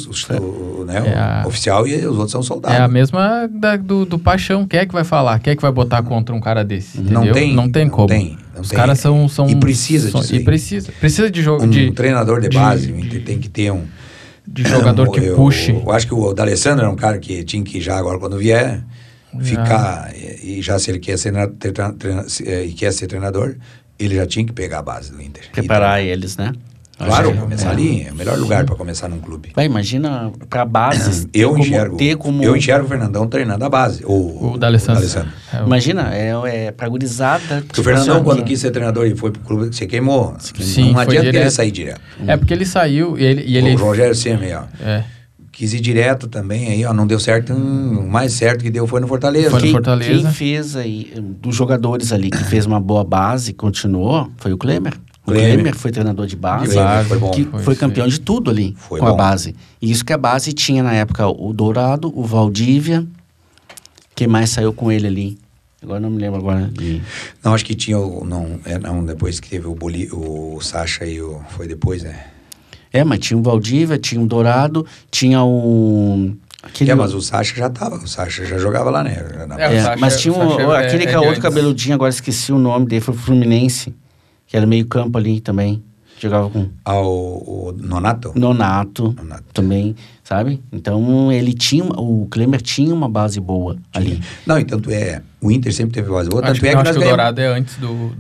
o oficial e os outros são soldados. É a mesma do Paixão. Quem é que vai falar? Quem é que vai botar contra um cara desse? Entendeu? Não tem como. Os caras são... E precisa disso aí. Precisa de jogo. Um treinador de base tem que ter um... De jogador que puxe. Eu acho que o D'Alessandro era um cara que tinha que já agora, quando vier, ficar... E já se ele quer ser treinador, ele já tinha que pegar a base do Inter. Preparar eles, né? Claro, começar ali é o melhor lugar para começar num clube. Imagina pra base. Eu enxergo o Fernandão treinando a base. O D'Alessandro. Imagina, pra gurizada. Porque o Fernandão, quando quis ser treinador e foi pro clube, você queimou. Sim, não adianta ele sair direto. É porque ele saiu e ele... O Rogério Ceni, ó. Quis ir direto também, aí, ó, não deu certo. O mais certo que deu foi no Fortaleza. Quem fez aí, dos jogadores ali, que fez uma boa base, continuou, foi o Klemer. O Klemer foi treinador de base, foi bom. Foi campeão de tudo ali, com a base. E isso que a base tinha na época o Dourado, o Valdívia, quem mais saiu com ele ali? Agora não me lembro agora. Não, acho que tinha depois que teve o Sacha e foi depois, né? Mas tinha o Valdívia, tinha o Dourado, tinha o... mas o Sacha já tava, o Sacha já jogava lá, né? Mas tinha aquele que é outro cabeludinho, agora esqueci o nome dele, foi o Fluminense. Que era meio campo ali também. Jogava com... o Nonato? Nonato também, sabe? Então, o Klemer tinha uma base boa ali. Não, e tanto o Inter sempre teve base boa, acho que o Dourado é antes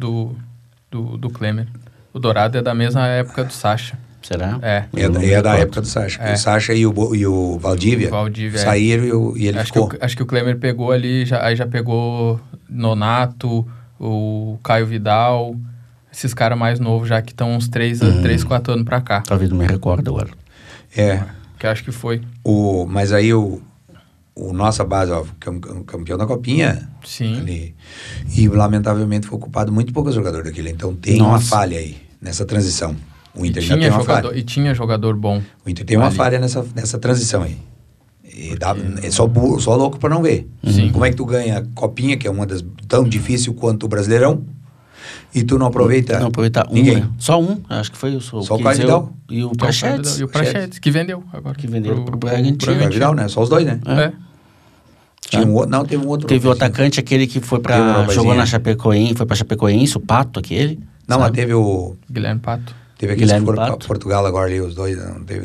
do Klemer. O Dourado é da mesma época do Sacha. Será? É da época do Sacha. O Sacha e o Valdívia saíram e ele ficou. Acho que o Klemer pegou ali, aí já pegou Nonato, o Caio Vidal... Esses caras mais novos já que estão uns 3, 4 anos pra cá. Talvez não me recordo agora. Que eu acho que foi. Mas aí o nossa base, ó, campeão da Copinha. Sim. Ali, e lamentavelmente foi ocupado muito poucos jogadores daquele. Então tem uma falha aí, nessa transição. O Inter já tem uma falha. E tinha jogador bom. O Inter tem uma falha nessa transição aí. E é só louco pra não ver. Sim. Como é que tu ganha Copinha, que é uma das tão difícil quanto o Brasileirão? E tu não aproveita ninguém. Só um, acho que foi o Só o Caio Vidal. E o Prachetes. E o Prachetes, que vendeu agora. Que vendeu pro Bragantino. O Caio Vidal, né? Só os dois, né? Tinha teve um outro. Teve o atacante, aquele que foi jogou na Chapecoense, foi pra Chapecoense, o Pato, aquele. Não, mas teve o... Guilherme Pato. Teve aqueles que foram pra Portugal agora ali, os dois, não teve...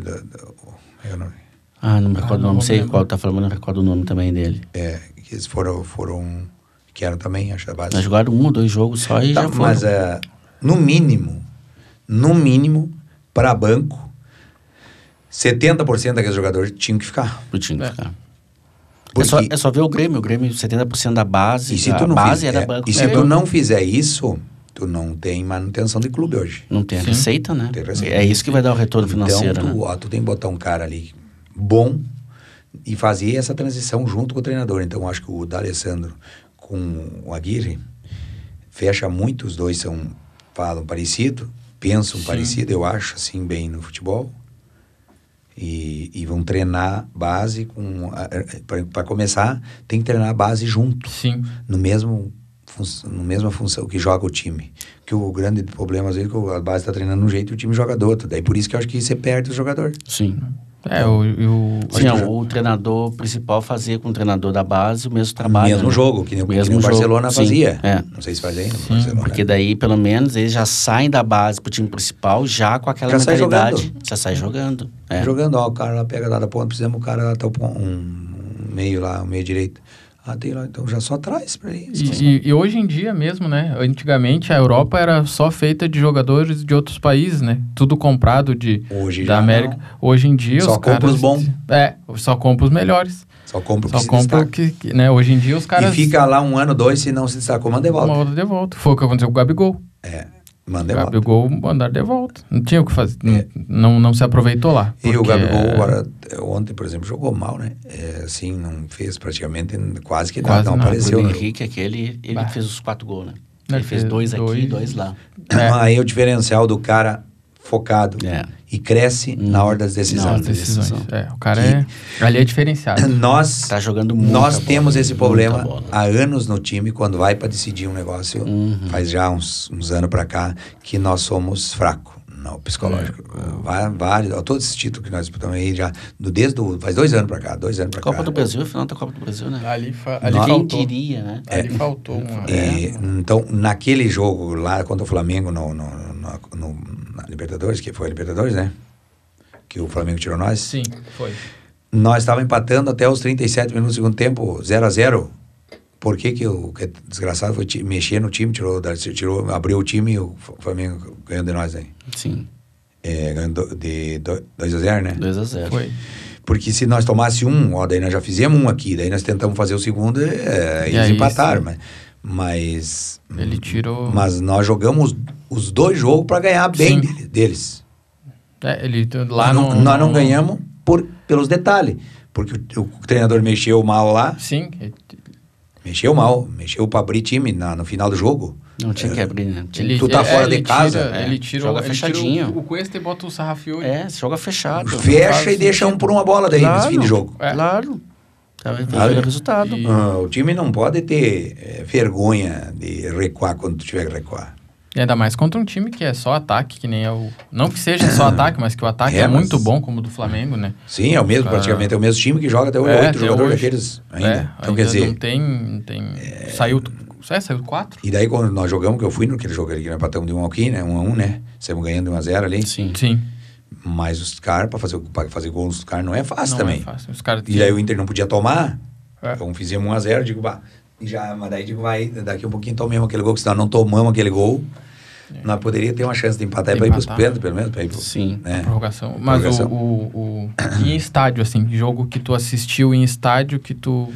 não me recordo o nome, não sei qual tá falando, mas não recordo o nome também dele. Que eles foram que eram também, acho, da base. Mas jogaram 1 ou 2 jogos só e já foram. Mas, no mínimo, para banco, 70% daqueles jogadores tinham que ficar. Tinham que ficar. É só ver o Grêmio. O Grêmio, 70% da base, era banco. E se tu não fizer isso, tu não tem manutenção de clube hoje. Não tem receita, né? É isso que vai dar o retorno financeiro. Então, tu tem que botar um cara ali bom e fazer essa transição junto com o treinador. Então, acho que o D'Alessandro com o Aguirre fecha muito, os dois falam parecido, pensam parecido, eu acho, assim, bem no futebol. E vão treinar base para começar, tem que treinar a base junto. Sim. No mesma função que joga o time. Que o grande problema, às vezes, é que a base está treinando de um jeito e o time joga do outro. Daí por isso que eu acho que você perde o jogador. Sim. O treinador principal fazia com o treinador da base o mesmo trabalho. Mesmo jogo, que o Barcelona fazia. Não sei se faz ainda. Porque daí, pelo menos, eles já saem da base pro time principal já com aquela mentalidade. Já sai jogando. Jogando, o cara lá pega lá da ponta, precisamos o cara lá até um meio direito. Tem lá, então já só traz pra isso. E hoje em dia mesmo, né? Antigamente a Europa era só feita de jogadores de outros países, né? Tudo comprado da América. Não. Hoje em dia só compra os bons. Só compra os melhores. Só compra o que né? Hoje em dia os caras... E fica lá 1 ano, 2, se não se destacou, manda de volta. Foi o que aconteceu com o Gabigol. Manda Gabigol mandaram de volta. Não tinha o que fazer. Não se aproveitou lá. E o Gabigol agora, ontem, por exemplo, jogou mal, né? Assim, não fez praticamente quase nada, não apareceu. O Bruno Henrique, ele fez os 4 gols, né? Ele fez 2 aqui e 2 lá. Aí o diferencial do cara focado e cresce na hora das decisões. O cara ali é diferenciado. Nós tá jogando muito. Nós temos esse problema há anos no time, quando vai para decidir um negócio, faz já uns anos para cá, que nós somos fracos no psicológico. Vários, todos esses títulos que nós disputamos aí já, faz 2 anos para cá, 2 anos para cá. Copa do Brasil, final da Copa do Brasil, né? Ali quem diria, né? Ali faltou uma... Então, naquele jogo lá contra o Flamengo na Libertadores, que foi a Libertadores, né? Que o Flamengo tirou nós. Sim, foi. Nós estávamos empatando até os 37 minutos do segundo tempo, 0-0. Por que o desgraçado foi mexer no time, abriu o time e o Flamengo ganhou de nós aí? Sim. Ganhou de 2-0, né? 2-0. Foi. Porque se nós tomássemos daí nós já fizemos um aqui, daí nós tentamos fazer o segundo e eles empataram, mas ele tirou... Mas nós jogamos os 2 jogos para ganhar bem deles. Nós não ganhamos pelos detalhes, porque o treinador mexeu mal lá. Sim. Mexeu para abrir time no final do jogo. Não tinha que abrir, né? Tu tá fora de casa. Ele tirou, joga fechadinho. O Cuesta e bota o Sarrafiori. Joga fechado. Fecha e deixa um por uma bola daí nesse fim de jogo. Claro. Tá vendo o resultado. O time não pode ter vergonha de recuar quando tu tiver que recuar. E ainda mais contra um time que é só ataque, que nem é o... Não que seja só ataque, mas que o ataque é muito bom, como o do Flamengo, né? Sim, é o mesmo, praticamente é o mesmo time que joga até 8 jogadores daqueles ainda. Então, quer dizer... Não tem... Saiu 4. E daí, quando nós jogamos, que eu fui naquele jogo ali, que nós empatamos de 1 aqui, né? 1-1, né? Estamos ganhando de 1-0 ali. Sim. Mas os caras, para fazer gol dos caras, não é fácil também. Não é fácil. Os caras e daí o Inter não podia tomar. Então fizemos 1-0, digo, mas daí digo, daqui um pouquinho tomemos aquele gol, que senão não tomamos aquele gol. Nós poderíamos ter uma chance de empatar e para ir para os pênaltis, pelo menos. Sim. Né? Prorrogação. Mas e em estádio, assim, jogo que tu assistiu em estádio, que tu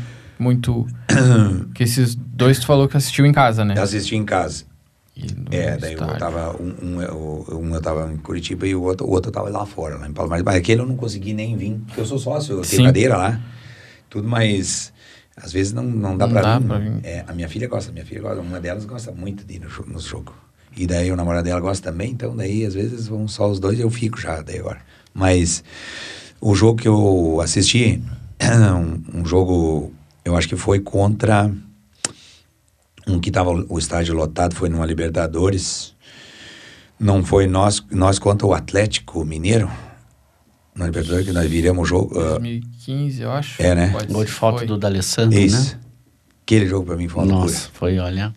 que esses 2 tu falou que assistiu em casa, né? Eu assisti em casa. Daí estádio. eu tava, eu tava em Curitiba e o outro tava lá fora, lá em Palmares. Mas aquele eu não consegui nem vir, porque eu sou sócio, eu tenho cadeira lá, tudo, mas às vezes não dá pra vir. A minha filha gosta, uma delas gosta muito de ir no jogo. E daí o namorado dela gosta também, então daí às vezes vão só os 2 e eu fico já daí agora. Mas o jogo que eu assisti, um jogo, eu acho que foi contra que tava o estádio lotado, foi numa Libertadores. Não foi nós contra o Atlético Mineiro, na Libertadores, que nós viramos o jogo. 2015, eu acho. Né? Gol de falta do D'Alessandro, Isso. Né? Aquele jogo pra mim foi uma loucura. Nossa, foi, olha...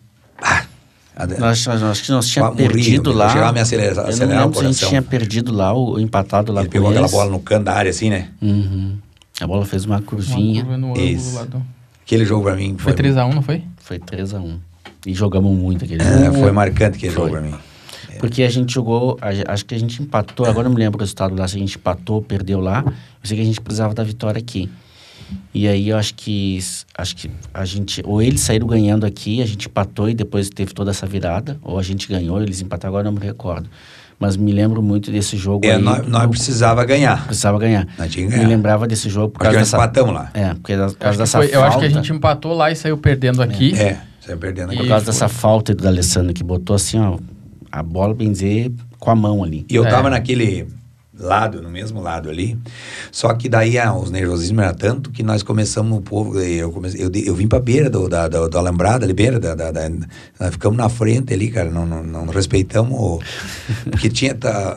Nós tínhamos perdido lá. Chegava a me acelerar o coração. A gente tinha perdido lá, empatado lá. Ele pegou aquela bola no canto da área, assim, né? A bola fez uma curvinha. Uma curva no ângulo lá do... Aquele jogo pra mim foi 3-1, não foi? Foi 3-1. E jogamos muito aquele jogo. Foi marcante aquele jogo pra mim. Porque a gente jogou, acho que a gente empatou, agora não me lembro o resultado lá, se a gente empatou, perdeu lá. Eu sei que a gente precisava da vitória aqui. E aí eu acho que a gente, ou eles saíram ganhando aqui, a gente empatou e depois teve toda essa virada, ou a gente ganhou, eles empataram, agora não me recordo. Mas me lembro muito desse jogo aí. Nós precisava ganhar. Precisava ganhar. Nós tinha que ganhar. Me lembrava desse jogo por causa dessa... empatamos lá. Porque por causa dessa falta. Eu acho que a gente empatou lá e saiu perdendo aqui. Saiu perdendo aqui. Por causa dessa falta do D'Alessandro, que botou assim, a bola, bem dizer, com a mão ali. E eu tava naquele no mesmo lado ali, só que daí os nervosismos era tanto que nós começamos, o povo, eu vim pra beira do alambrado ali, nós ficamos na frente ali, cara, não respeitamos porque tinha,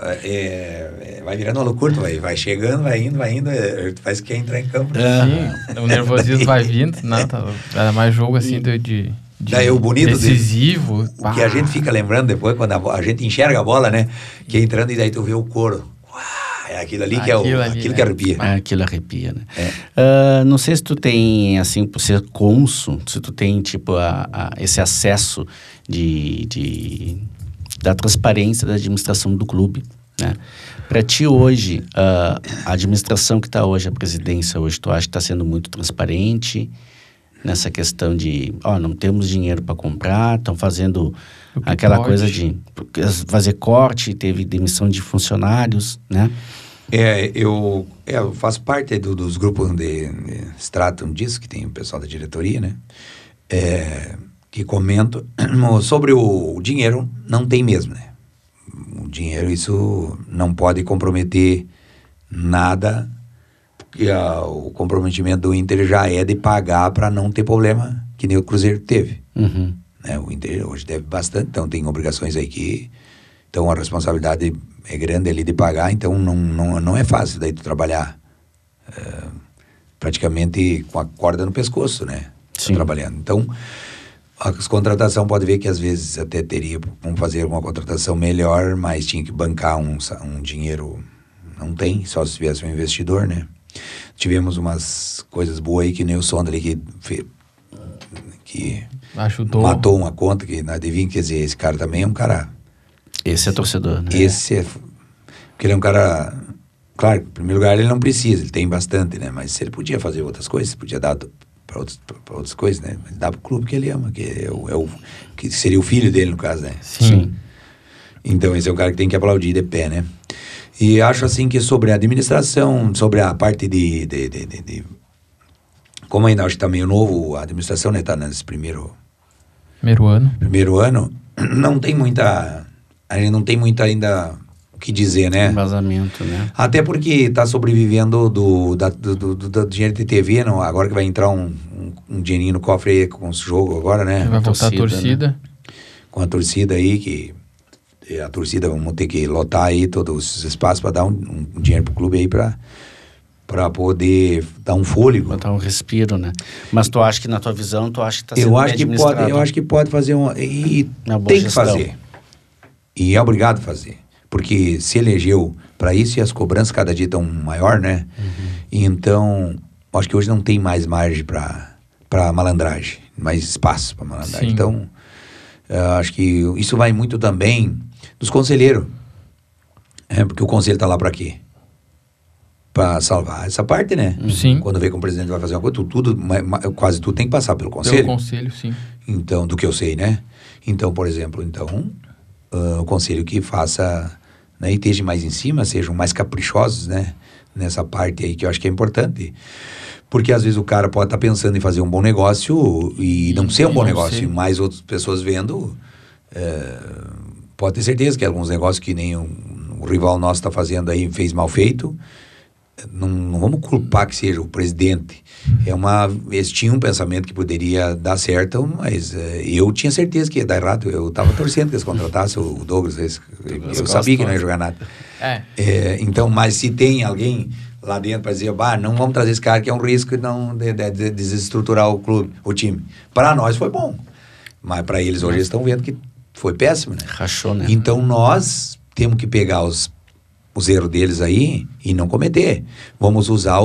vai virando uma loucura, vai chegando, vai indo, faz que entrar em campo. Sim, o nervosismo vai vindo, era mais jogo assim daí o bonito decisivo. O que a gente fica lembrando depois, quando a gente enxerga a bola, né, que é entrando e daí tu vê o couro. É aquilo ali que aquilo que arrepia. Aquilo arrepia, né? Não sei se tu tem, assim, por ser cônsul, se tu tem, tipo, esse acesso da transparência da administração do clube, né? Para ti hoje, a administração que está hoje, a presidência hoje, tu acha que está sendo muito transparente? nessa questão de, não temos dinheiro para comprar, estão fazendo aquela coisa de fazer corte, teve demissão de funcionários, né? Eu faço parte dos grupos onde se tratam disso, que tem o pessoal da diretoria, né? Que comento sobre o dinheiro, não tem mesmo, né? O dinheiro, isso não pode comprometer nada, porque o comprometimento do Inter já é de pagar para não ter problema, que nem o Cruzeiro teve. Né? O Inter hoje deve bastante, então tem obrigações aí que... Então a responsabilidade é grande ali de pagar, então não é fácil daí tu trabalhar praticamente com a corda no pescoço, né? Tá trabalhando. Então, as contratações pode ver que às vezes até teria como fazer uma contratação melhor, mas tinha que bancar um dinheiro, não tem, só se tivesse um investidor, né? Tivemos umas coisas boas aí, que nem o Sonda ali que ajudou. Matou uma conta que nós devíamos, quer dizer, esse cara também é um cara... Esse é torcedor, né? Porque ele é um cara... Claro, em primeiro lugar ele não precisa, ele tem bastante, né? Mas se ele podia fazer outras coisas, podia dar para outras coisas, né? Ele dá pro clube que ele ama, que seria o filho dele, no caso, né? Sim. Então esse é um cara que tem que aplaudir de pé, né? E acho assim que sobre a administração, sobre a parte de como ainda acho que tá meio novo a administração, né? Tá nesse primeiro ano, não tem muita... A gente não tem muito ainda o que dizer, né? Embasamento, né? Até porque está sobrevivendo do dinheiro de TV, não? Agora que vai entrar um dinheirinho no cofre aí com o jogo agora, né? Vai voltar a torcida. Né? Com a torcida aí, que a torcida vamos ter que lotar aí todos os espaços para dar um dinheiro pro clube aí para poder dar um fôlego. Botar um respiro, né? Mas tu acha que, na tua visão, está sendo bem administrado? Eu acho que pode fazer e tem que fazer. E é obrigado a fazer. Porque se elegeu para isso e as cobranças cada dia estão maior, né? Então, acho que hoje não tem mais margem para malandragem, mais espaço para malandragem. Sim. Então, acho que isso vai muito também dos conselheiros. Porque o conselho está lá para quê? Para salvar essa parte, né? Sim. Quando vê que o presidente vai fazer uma coisa, quase tudo tem que passar pelo conselho. Pelo conselho, sim. Então, do que eu sei, né? Então, por exemplo, o conselho que faça, né, e esteja mais em cima, sejam mais caprichosos, né, nessa parte aí que eu acho que é importante, porque às vezes o cara pode estar pensando em fazer um bom negócio e não ser um bom negócio, mas outras pessoas vendo, pode ter certeza que alguns negócios que nem o rival nosso está fazendo aí, fez mal feito. Não vamos culpar que seja o presidente. Eles tinham um pensamento que poderia dar certo, mas eu tinha certeza que ia dar errado. Eu estava torcendo que eles contratassem o Douglas. Eu sabia que não ia jogar nada. Então, mas se tem alguém lá dentro para dizer, não vamos trazer esse cara que é um risco de desestruturar o time. Para nós foi bom, mas para eles hoje eles estão vendo que foi péssimo, né? Rachou, né? Então nós temos que pegar os erros deles aí e não cometer. Vamos usar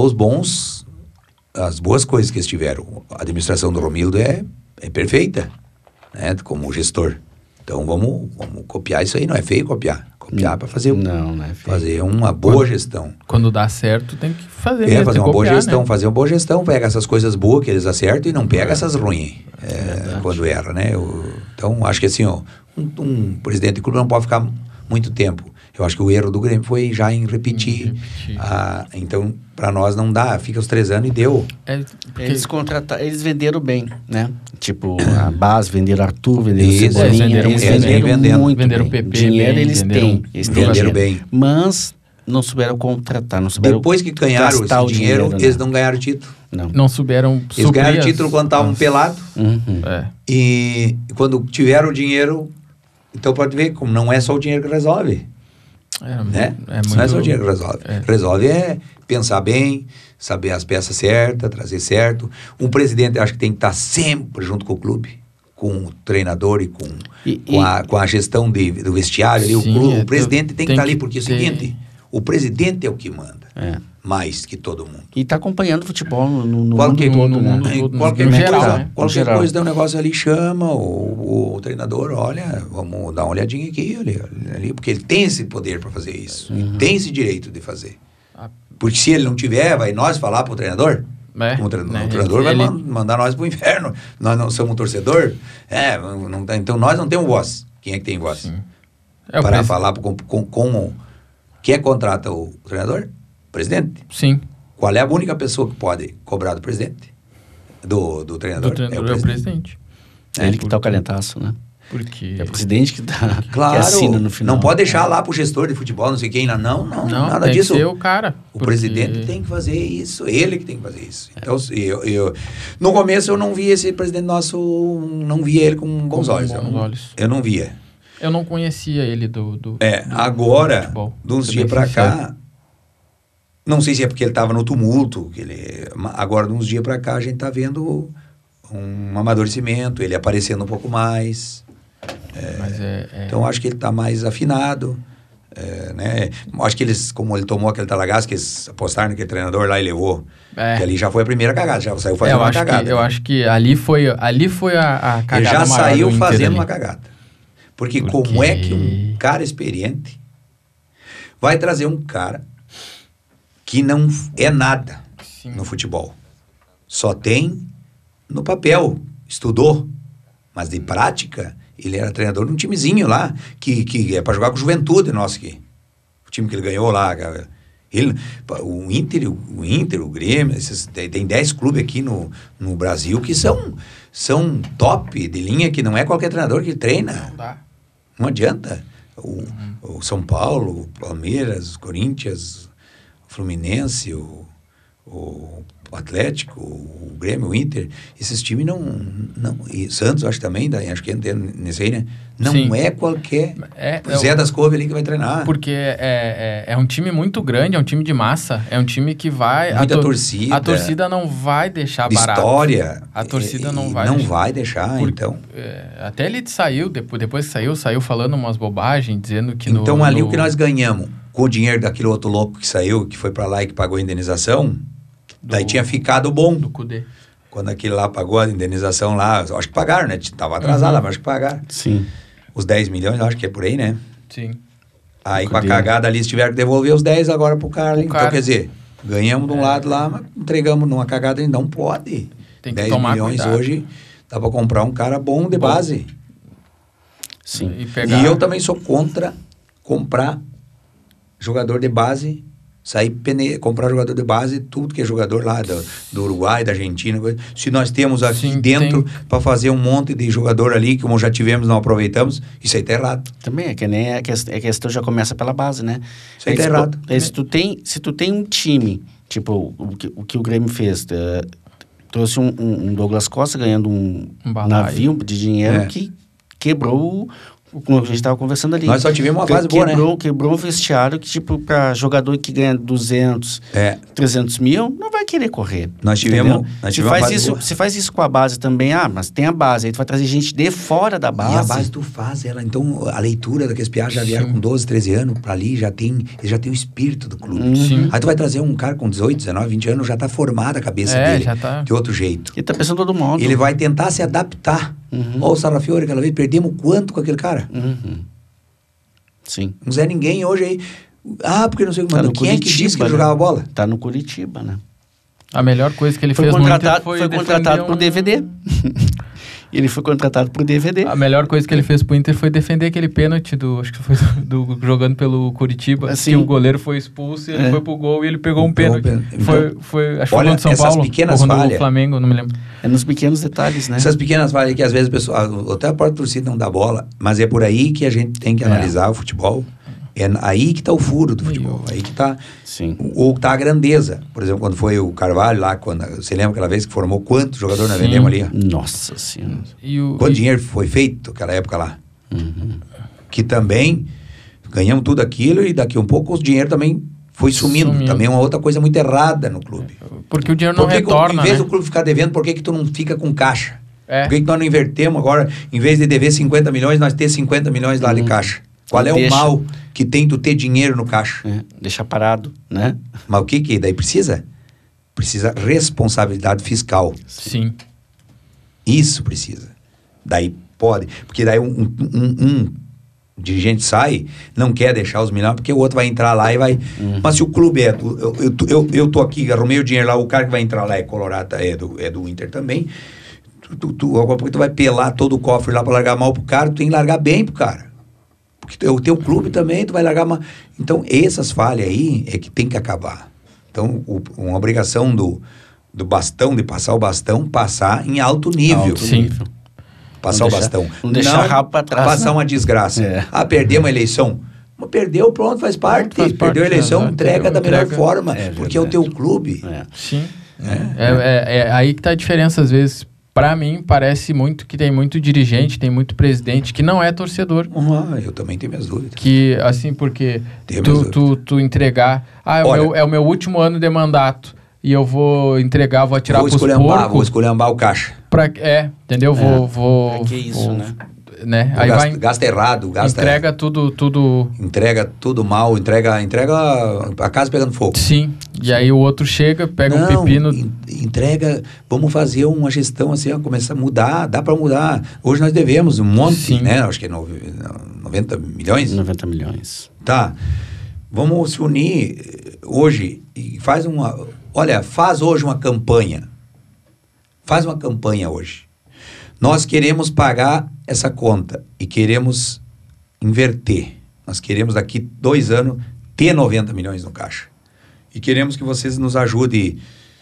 as boas coisas que eles tiveram. A administração do Romildo é perfeita, né? Como gestor. Então vamos copiar isso aí. Não é feio copiar. Copiar para fazer, não é feio. Fazer uma boa gestão. Quando dá certo, tem que fazer mesmo. Fazer uma boa gestão, né? Fazer uma boa gestão. Pega essas coisas boas que eles acertam e não pega essas ruins. Quando erra, né? Então acho que assim, um presidente de clube não pode ficar muito tempo. Eu acho que o erro do Grêmio foi já em repetir. Então, para nós não dá, fica os 3 anos e deu. Eles venderam bem, né? Tipo, a base, venderam Arthur, venderam Cebolinha. Eles venderam muito venderam bem. PP Dinheiro bem, eles têm. Eles venderam bem. Mas não souberam contratar, não souberam depois que ganharam esse dinheiro, eles não ganharam título. Não souberam suprir. Eles ganharam título quando estavam pelados. E quando tiveram o dinheiro, então pode ver como não é só o dinheiro que resolve. Né? Não é só o dinheiro que resolve. Resolve pensar bem, saber as peças certas, trazer certo. Um presidente, acho que tem que estar sempre junto com o clube, com o treinador e com a gestão do vestiário. Sim, o presidente tem que estar ali, porque é o seguinte, o presidente é o que manda. Mais que todo mundo. E está acompanhando o futebol no mundo todo, né? Qualquer coisa dá um negócio ali, chama o treinador, olha, vamos dar uma olhadinha aqui, ali, porque ele tem esse poder para fazer isso. Ele tem esse direito de fazer. Porque se ele não tiver, vai nós falar para o treinador? O treinador vai mandar nós pro inferno. Nós não somos um torcedor. Então nós não temos voz. Quem é que tem voz? Sim. Para falar com quem é que contrata o treinador? O presidente. Sim. Qual é a única pessoa que pode cobrar do presidente? Do treinador? Do treinador é o presidente. É ele que tá o calentaço, né? Porque... É o presidente que dá, claro, que assina no final. Não pode deixar lá pro gestor de futebol, não sei quem lá. Não, nada tem disso. Que ser o cara. O presidente tem que fazer isso. Ele que tem que fazer isso. Então, no começo eu não via esse presidente nosso, não via ele com bons olhos. Eu não via. Eu não conhecia ele do agora, futebol, de uns dias pra cá, não sei se é porque ele tava no tumulto, agora de uns dias pra cá a gente tá vendo um amadurecimento, ele aparecendo um pouco mais. Então acho que ele tá mais afinado. Né? Acho que como ele tomou aquele talagaço, que eles apostaram naquele treinador lá e levou. Que ali já foi a primeira cagada, já saiu fazendo uma cagada. Eu acho que ali foi a cagada. Ele já saiu fazendo ali. uma cagada. Porque como é que um cara experiente vai trazer um cara que não é nada no futebol? Só tem no papel, estudou, mas de prática, ele era treinador de um timezinho lá, que é para jogar com Juventude, nosso aqui. O time que ele ganhou lá. O Inter, o Grêmio, tem 10 clubes aqui no Brasil que são top de linha, que não é qualquer treinador que treina. Não dá. Não adianta. O São Paulo, o Palmeiras, o Corinthians, o Fluminense, o Atlético, o Grêmio, o Inter, esses times não e Santos, acho também, acho que entra nesse aí, né? Não Sim. É qualquer Zé das Couve ali que vai treinar. Porque é um time muito grande, é um time de massa, é um time que vai... Muita torcida. A torcida não vai deixar barato. História. A torcida não vai deixar. Não vai deixar, então. Até ele saiu, depois que saiu falando umas bobagens, dizendo que então ali o que nós ganhamos, com o dinheiro daquele outro louco que saiu, que foi pra lá e que pagou a indenização... Daí tinha ficado bom. Do Cudê. Quando aquele lá pagou a indenização lá, acho que pagaram, né? Tava atrasado, mas acho que pagaram. Sim. Os 10 milhões, acho que é por aí, né? Sim. Aí com a cagada ali, eles tiveram que devolver os 10 agora pro cara. Então, quer dizer, ganhamos de um lado lá, mas entregamos numa cagada. Não pode. Tem que 10 tomar milhões cuidado. Hoje dá pra comprar um cara bom de base. Sim. E eu também sou contra comprar jogador de base... comprar jogador de base, tudo que é jogador lá do Uruguai, da Argentina, se nós temos aqui dentro para fazer um monte de jogador ali, como já tivemos, não aproveitamos, isso aí tá errado. Também é que nem a questão já começa pela base, né? Isso aí tá errado. Se tu tem um time, tipo o que o Grêmio fez, trouxe um Douglas Costa ganhando um navio de dinheiro que quebrou como a gente estava conversando ali. Nós só tivemos uma fase boa, né? Quebrou um vestiário que, tipo, para jogador que ganha 200, 300 mil, não vai querer correr. Nós tivemos se faz isso com a base também, mas tem a base, aí tu vai trazer gente de fora da base. E a base tu faz ela, então a leitura daqueles piás já vieram com 12, 13 anos, pra ali eles já tem o espírito do clube. Sim. Aí tu vai trazer um cara com 18, 19, 20 anos, já tá formada a cabeça dele, já tá. de outro jeito. Ele tá pensando todo mundo. Ele vai tentar se adaptar. Ó, o Sarrafiore, aquela vez, perdemos quanto com aquele cara? Sim. Não é ninguém hoje aí. Porque não sei tá quem é que disse que ele jogava bola? Tá no Curitiba, né? A melhor coisa que ele fez no Inter foi contratado por DVD. Ele foi contratado por DVD. A melhor coisa que ele fez pro Inter foi defender aquele pênalti acho que foi jogando pelo Curitiba, assim, que o goleiro foi expulso e ele foi pro gol e ele pegou um pênalti. Acho que foi contra o São Paulo, pequenas ou contra o Flamengo, não me lembro. É nos pequenos detalhes, né? Essas pequenas falhas que às vezes o pessoal, até a própria torcida não dá bola, mas é por aí que a gente tem que analisar o futebol. É aí que tá o furo do futebol, aí que tá, ou tá a grandeza. Por exemplo, quando foi o Carvalho lá, você lembra aquela vez que formou quantos jogadores nós vendemos ali? Nossa Senhora. Quanto dinheiro foi feito naquela época lá? Que também ganhamos tudo aquilo e daqui um pouco o dinheiro também foi sumindo. Também é uma outra coisa muito errada no clube. Porque o dinheiro não retorna, em vez do clube ficar devendo, por que tu não fica com caixa? Por que nós não invertemos agora, em vez de dever 50 milhões, nós ter 50 milhões lá de caixa? Qual é o mal que tem tu ter dinheiro no caixa? Deixar parado, né? Mas o que daí precisa? Precisa responsabilidade fiscal. Sim. Isso precisa. Daí pode. Porque daí um O dirigente sai, não quer deixar os milhões, porque o outro vai entrar lá e vai... Mas se o clube eu tô aqui, arrumei o dinheiro lá, o cara que vai entrar lá é colorado, é do Inter também, tu vai pelar todo o cofre lá pra largar mal pro cara, tu tem que largar bem pro cara. Porque o teu clube também, tu vai largar mal. Então, essas falhas aí é que tem que acabar. Então, uma obrigação do bastão, de passar o bastão, passar em alto nível. Nível. Passar o bastão. Não deixar rabo pra trás. Passar uma desgraça. Perder uma eleição. Mas perdeu, pronto, faz parte. Perdeu a eleição, entrega da melhor forma. Porque é o teu clube. Sim. É aí que tá a diferença, às vezes. Pra mim, parece muito que tem muito dirigente, tem muito presidente que não é torcedor. Eu também tenho minhas dúvidas. Que, assim, porque tu entregar... é o meu último ano de mandato e eu vou entregar, vou atirar pros porcos. Vou esculhambar o caixa. Entendeu? Vou... que isso, né? Aí gasta errado, entrega tudo... Entrega tudo mal, entrega a casa pegando fogo. Sim, e aí o outro chega, pega um pepino... Entrega, vamos fazer uma gestão assim, começar a mudar, dá para mudar. Hoje nós devemos um monte, né? Acho que é 90 milhões. 90 milhões. Tá, vamos se unir hoje e faz hoje uma campanha. Faz uma campanha hoje. Nós queremos pagar essa conta e queremos inverter. Nós queremos daqui 2 anos ter 90 milhões no caixa. E queremos que vocês nos ajudem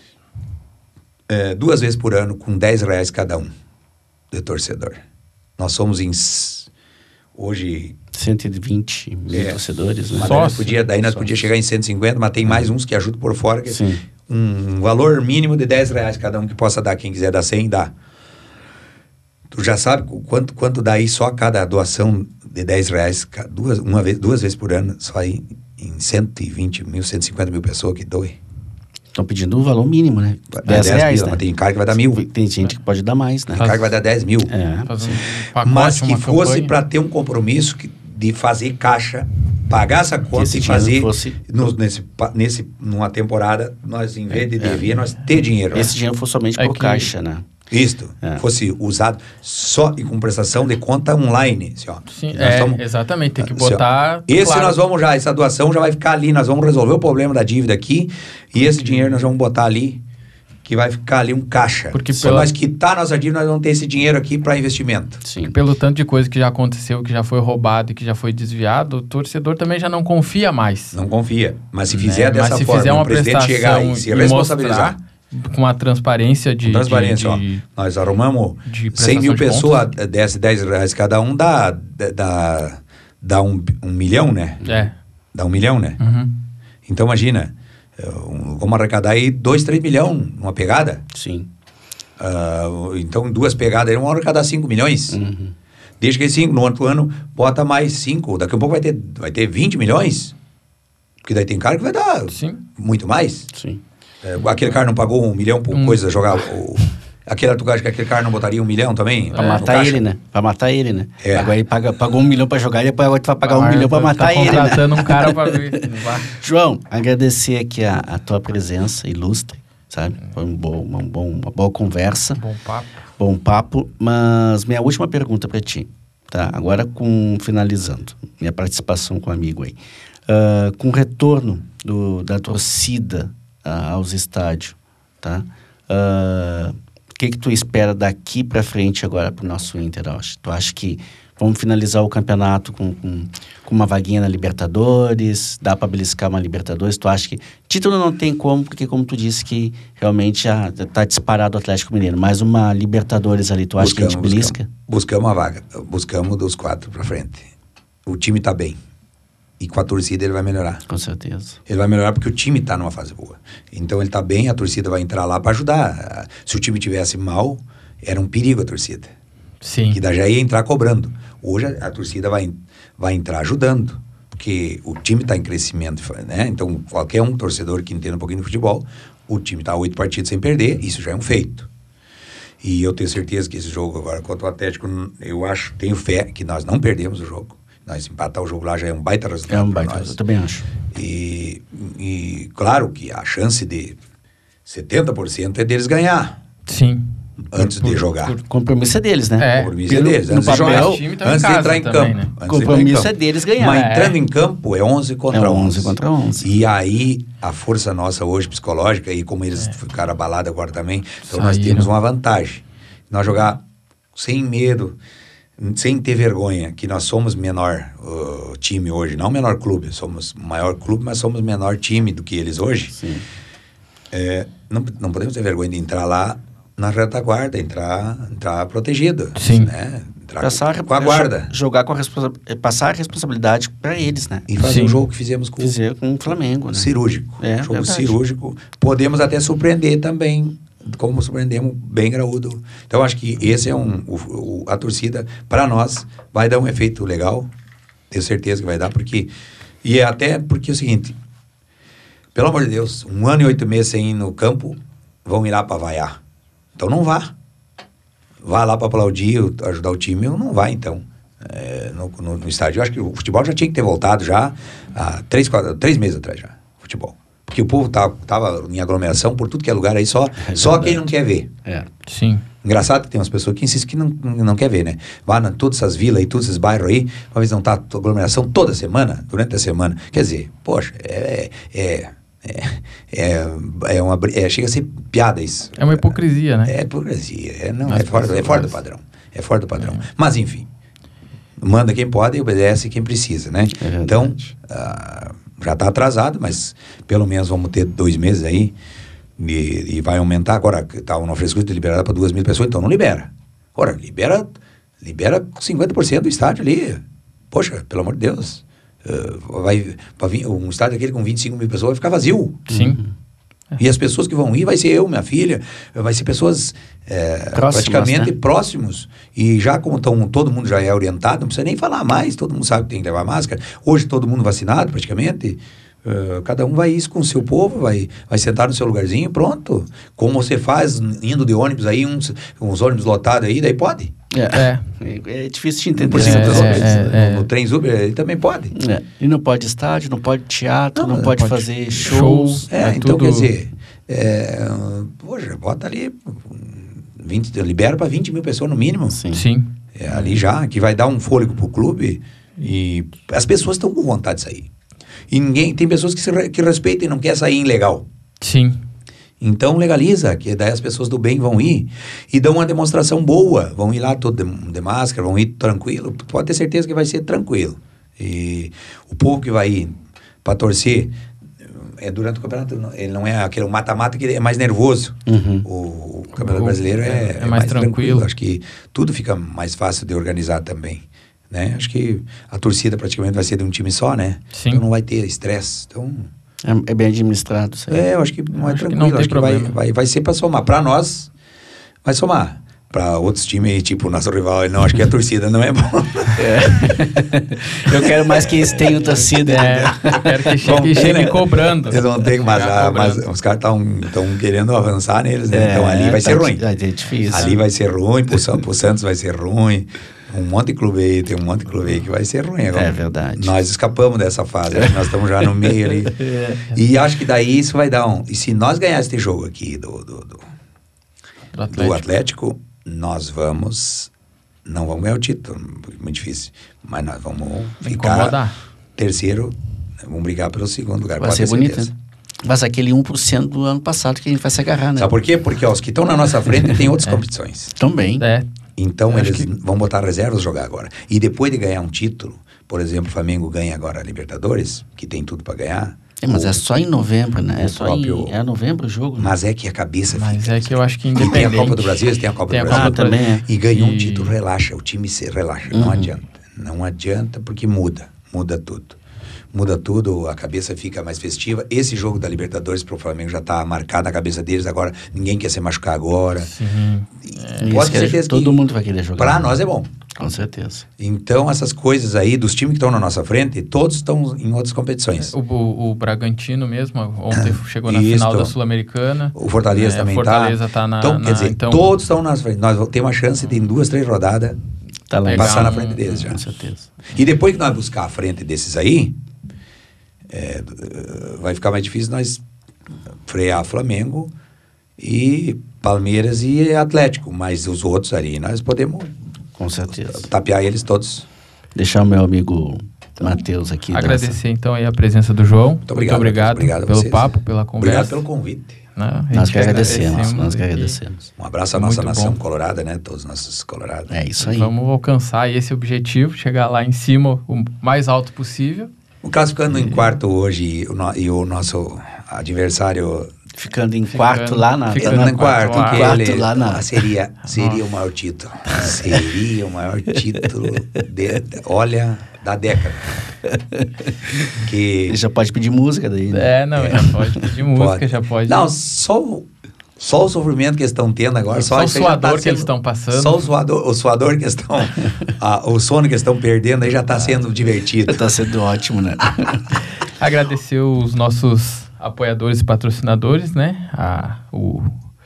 2 vezes por ano com R$10 cada um de torcedor. Nós somos hoje... 120 mil torcedores, né? Nós podíamos chegar em 150, mas tem mais uns que ajudam por fora. Um valor mínimo de R$10 cada um que possa dar. Quem quiser dar 100, dá. Tu já sabe quanto dá aí só cada doação de R$10, 2 vezes por ano, só aí em 120 mil, 150 mil pessoas que doem. Estão pedindo um valor mínimo, né? R$10, né? Mas tem cara que vai dar 1.000. Tem gente que pode dar mais, né? Tem cara que vai dar 10 mil. Mas que fosse para ter um compromisso de fazer caixa, pagar essa conta e fazer numa temporada, nós em vez de dever, nós ter dinheiro. Esse dinheiro fosse somente por caixa, né? Isto, fosse usado só e com prestação de conta online. Assim, ó. Sim, exatamente, tem que botar... Nós vamos essa doação já vai ficar ali, nós vamos resolver o problema da dívida aqui, e esse dinheiro nós vamos botar ali, que vai ficar ali um caixa. Porque se nós quitar nossa dívida, nós vamos ter esse dinheiro aqui para investimento. Sim. Pelo tanto de coisa que já aconteceu, que já foi roubado e que já foi desviado, o torcedor também já não confia mais. Não confia, mas se fizer dessa forma, fizer uma o presidente chegar e se responsabilizar... Com a transparência nós arrumamos 100 mil pessoas, desce R$10 cada um, dá 1 milhão, né? Dá 1 milhão, né? Então, imagina, vamos arrecadar aí 2, 3 milhões numa pegada. Sim. Então, 2 pegadas aí, vamos arrecadar 5 milhões. Deixa que 5, no outro ano, bota mais 5. Daqui a pouco vai ter 20 milhões. Porque daí tem cara que vai dar muito mais. Sim. Aquele cara não pagou 1 milhão por coisa, jogar aquele outro cara que aquele cara não botaria 1 milhão também? Pra matar ele, né? Pra matar ele, né? Agora ele pagou 1 milhão pra jogar e depois agora tu vai pagar 1 milhão pra matar ele, né? Contratando um cara pra ver. João, agradecer aqui a tua presença ilustre, sabe? Foi uma boa conversa. Bom papo. Mas minha última pergunta pra ti, tá? Agora finalizando minha participação com o amigo aí. Com o retorno da torcida aos estádios, tá? O que tu espera daqui para frente agora pro nosso Inter? Tu acha que vamos finalizar o campeonato com uma vaguinha na Libertadores? Dá para beliscar uma Libertadores? Tu acha que título não tem como, porque como tu disse que realmente já tá disparado o Atlético Mineiro, mas uma Libertadores ali, tu acha que a gente belisca? Buscamos a vaga, buscamos dos 4 para frente. O time tá bem. E com a torcida ele vai melhorar. Com certeza. Ele vai melhorar porque o time está numa fase boa. Então ele está bem, a torcida vai entrar lá para ajudar. Se o time tivesse mal, era um perigo a torcida. Sim. Que já ia entrar cobrando. Hoje a torcida vai entrar ajudando. Porque o time está em crescimento, né? Então qualquer torcedor que entenda um pouquinho de futebol, o time está 8 partidas sem perder, isso já é um feito. E eu tenho certeza que esse jogo agora contra o Atlético, tenho fé que nós não perdemos o jogo. Nós empatar o jogo lá já é um baita resultado para nós. Eu também acho. E claro que a chance de 70% é deles ganhar. Sim. antes de jogar. O compromisso é deles, né? O compromisso é deles. Antes de jogar, antes de entrar em campo. Né? O compromisso é deles ganhar. Mas entrando em campo é 11 contra 11. 11 contra 11. E aí, a força nossa hoje, psicológica, e como eles ficaram abalados agora também, então nós temos uma vantagem. Nós jogar sem medo, sem ter vergonha, que nós somos menor time hoje, não menor clube, somos maior clube, mas somos menor time do que eles hoje. Sim. Não podemos ter vergonha de entrar lá na retaguarda, entrar protegido. Sim. Né? Entrar com a guarda. Jogar com passar a responsabilidade para eles, né? E fazer o jogo que fizemos com o Flamengo, né? Cirúrgico. Jogo verdade. Cirúrgico. Podemos até surpreender também, como surpreendemos bem graúdo. Então, acho que esse é a torcida, para nós, vai dar um efeito legal. Tenho certeza que vai dar, porque... E é até porque é o seguinte... Pelo amor de Deus, 1 ano e 8 meses sem ir no campo, vão ir lá para vaiar. Então não vá. Vá lá para aplaudir, ajudar o time, ou não vai então. No estádio. Eu acho que o futebol já tinha que ter voltado já há 3 meses atrás já, futebol. Porque o povo tava em aglomeração por tudo que é lugar aí, só quem não quer ver. Sim. Engraçado que tem umas pessoas que insistem que não quer ver, né? Vá em todas essas vilas e todos esses bairros aí, uma vez não tá aglomeração toda semana, durante a semana. Quer dizer, poxa, chega a ser piada isso. É uma hipocrisia, né? É hipocrisia. É fora do padrão. É fora do padrão. Mas, enfim, manda quem pode e obedece quem precisa, né? Então, já está atrasado, mas pelo menos vamos ter 2 meses aí e vai aumentar. Agora, está uma frescura de liberar para 2.000 pessoas, então não libera. Ora, libera 50% do estádio ali. Poxa, pelo amor de Deus. Um estádio aquele com 25.000 pessoas vai ficar vazio. Sim. E as pessoas que vão ir vai ser eu, minha filha, vai ser pessoas praticamente próximos. E já como todo mundo já é orientado, não precisa nem falar mais, todo mundo sabe que tem que levar máscara. Hoje todo mundo vacinado praticamente. Cada um vai isso com o seu povo, vai sentar no seu lugarzinho, pronto. Como você faz indo de ônibus aí, uns ônibus lotados aí, daí pode. É difícil de entender. No trem Uber ele também pode. E não pode estádio, não pode teatro, não pode fazer shows. Então tudo... quer dizer, poxa, bota ali, libera para 20.000 pessoas no mínimo. Sim. Ali já, que vai dar um fôlego pro clube e as pessoas estão com vontade de sair. E tem pessoas que respeitam e não querem sair ilegal. Sim. Então legaliza, que daí as pessoas do bem vão ir e dão uma demonstração boa. Vão ir lá todo de máscara, vão ir tranquilo. Pode ter certeza que vai ser tranquilo. E o povo que vai ir para torcer durante o campeonato, ele não é aquele mata-mata que é mais nervoso. O campeonato brasileiro é mais tranquilo. Acho que tudo fica mais fácil de organizar também. Né? Acho que a torcida praticamente vai ser de um time só, né? Sim. Então não vai ter estresse. Então... É bem administrado. Eu acho que não é tranquilo. Acho que vai ser para somar. Para nós, vai somar. Para outros times, tipo o nosso rival, não, acho que a torcida não é bom. Eu quero mais que eles tenham torcida. Eu quero que chegue cobrando. Eles vão ter, mas os caras estão querendo avançar neles, né? Então ali vai ser ruim. É difícil. Ali vai ser ruim, pro Santos vai ser ruim. Tem um monte de clube aí que vai ser ruim agora. É verdade. Nós escapamos dessa fase, nós estamos já no meio ali. E acho que daí isso vai dar E se nós ganharmos este jogo aqui do Atlético, nós não vamos ganhar o título, muito difícil. Mas nós vamos ficar terceiro, vamos brigar pelo segundo lugar. Vai ser bonito, né? Mas aquele 1% do ano passado que a gente vai se agarrar, né? Sabe por quê? Porque os que estão na nossa frente tem outras competições. Também. Então eles vão botar reservas jogar agora. E depois de ganhar um título, por exemplo, o Flamengo ganha agora a Libertadores, que tem tudo para ganhar. Mas é só em novembro, né? É novembro o jogo. Né? Mas é que a cabeça fica. Mas é que eu acho que independente. E tem a Copa do Brasil, tem a Copa do Brasil. Também. E ganhou um título, relaxa. O time se relaxa. Não adianta. Não adianta porque muda tudo. Muda tudo, a cabeça fica mais festiva. Esse jogo da Libertadores pro Flamengo já tá marcado na cabeça deles agora. Ninguém quer se machucar agora. Pode ter certeza que todo mundo vai querer jogar. Pra nós é bom. Com certeza. Então, essas coisas aí, dos times que estão na nossa frente, todos estão em outras competições. O Bragantino mesmo, ontem chegou na final da Sul-Americana. O Fortaleza também tá. Fortaleza tá na... Então, quer dizer, todos estão na frente. Nós temos uma chance de, em 2, 3 rodadas, passar na frente deles já. Com certeza. E depois que nós buscar a frente desses aí, vai ficar mais difícil nós frear Flamengo e Palmeiras e Atlético, mas os outros ali nós podemos Com certeza. tapear eles todos. Deixar o meu amigo Matheus aqui. Agradecer então aí a presença do João. Muito obrigado, obrigado a pelo vocês. papo, pela conversa. Obrigado pelo convite. Nós que agradecemos. Um abraço à nossa nação colorada, né? Todos os nossos colorados. É isso aí. Vamos alcançar esse objetivo, chegar lá em cima o mais alto possível. O caso ficando em quarto hoje e o nosso adversário ficando em quarto lá na... Ficando em quarto, lá na... Seria o maior título. Seria o maior título, da década. Ele já pode pedir música daí, né? Já pode pedir música, já pode... Não, só o sofrimento que eles estão tendo agora. Só o suador que eles estão passando. Só o suador que eles estão... o sono que eles estão perdendo aí já está sendo divertido. Está sendo ótimo, né? Agradecer os nossos apoiadores e patrocinadores, né? O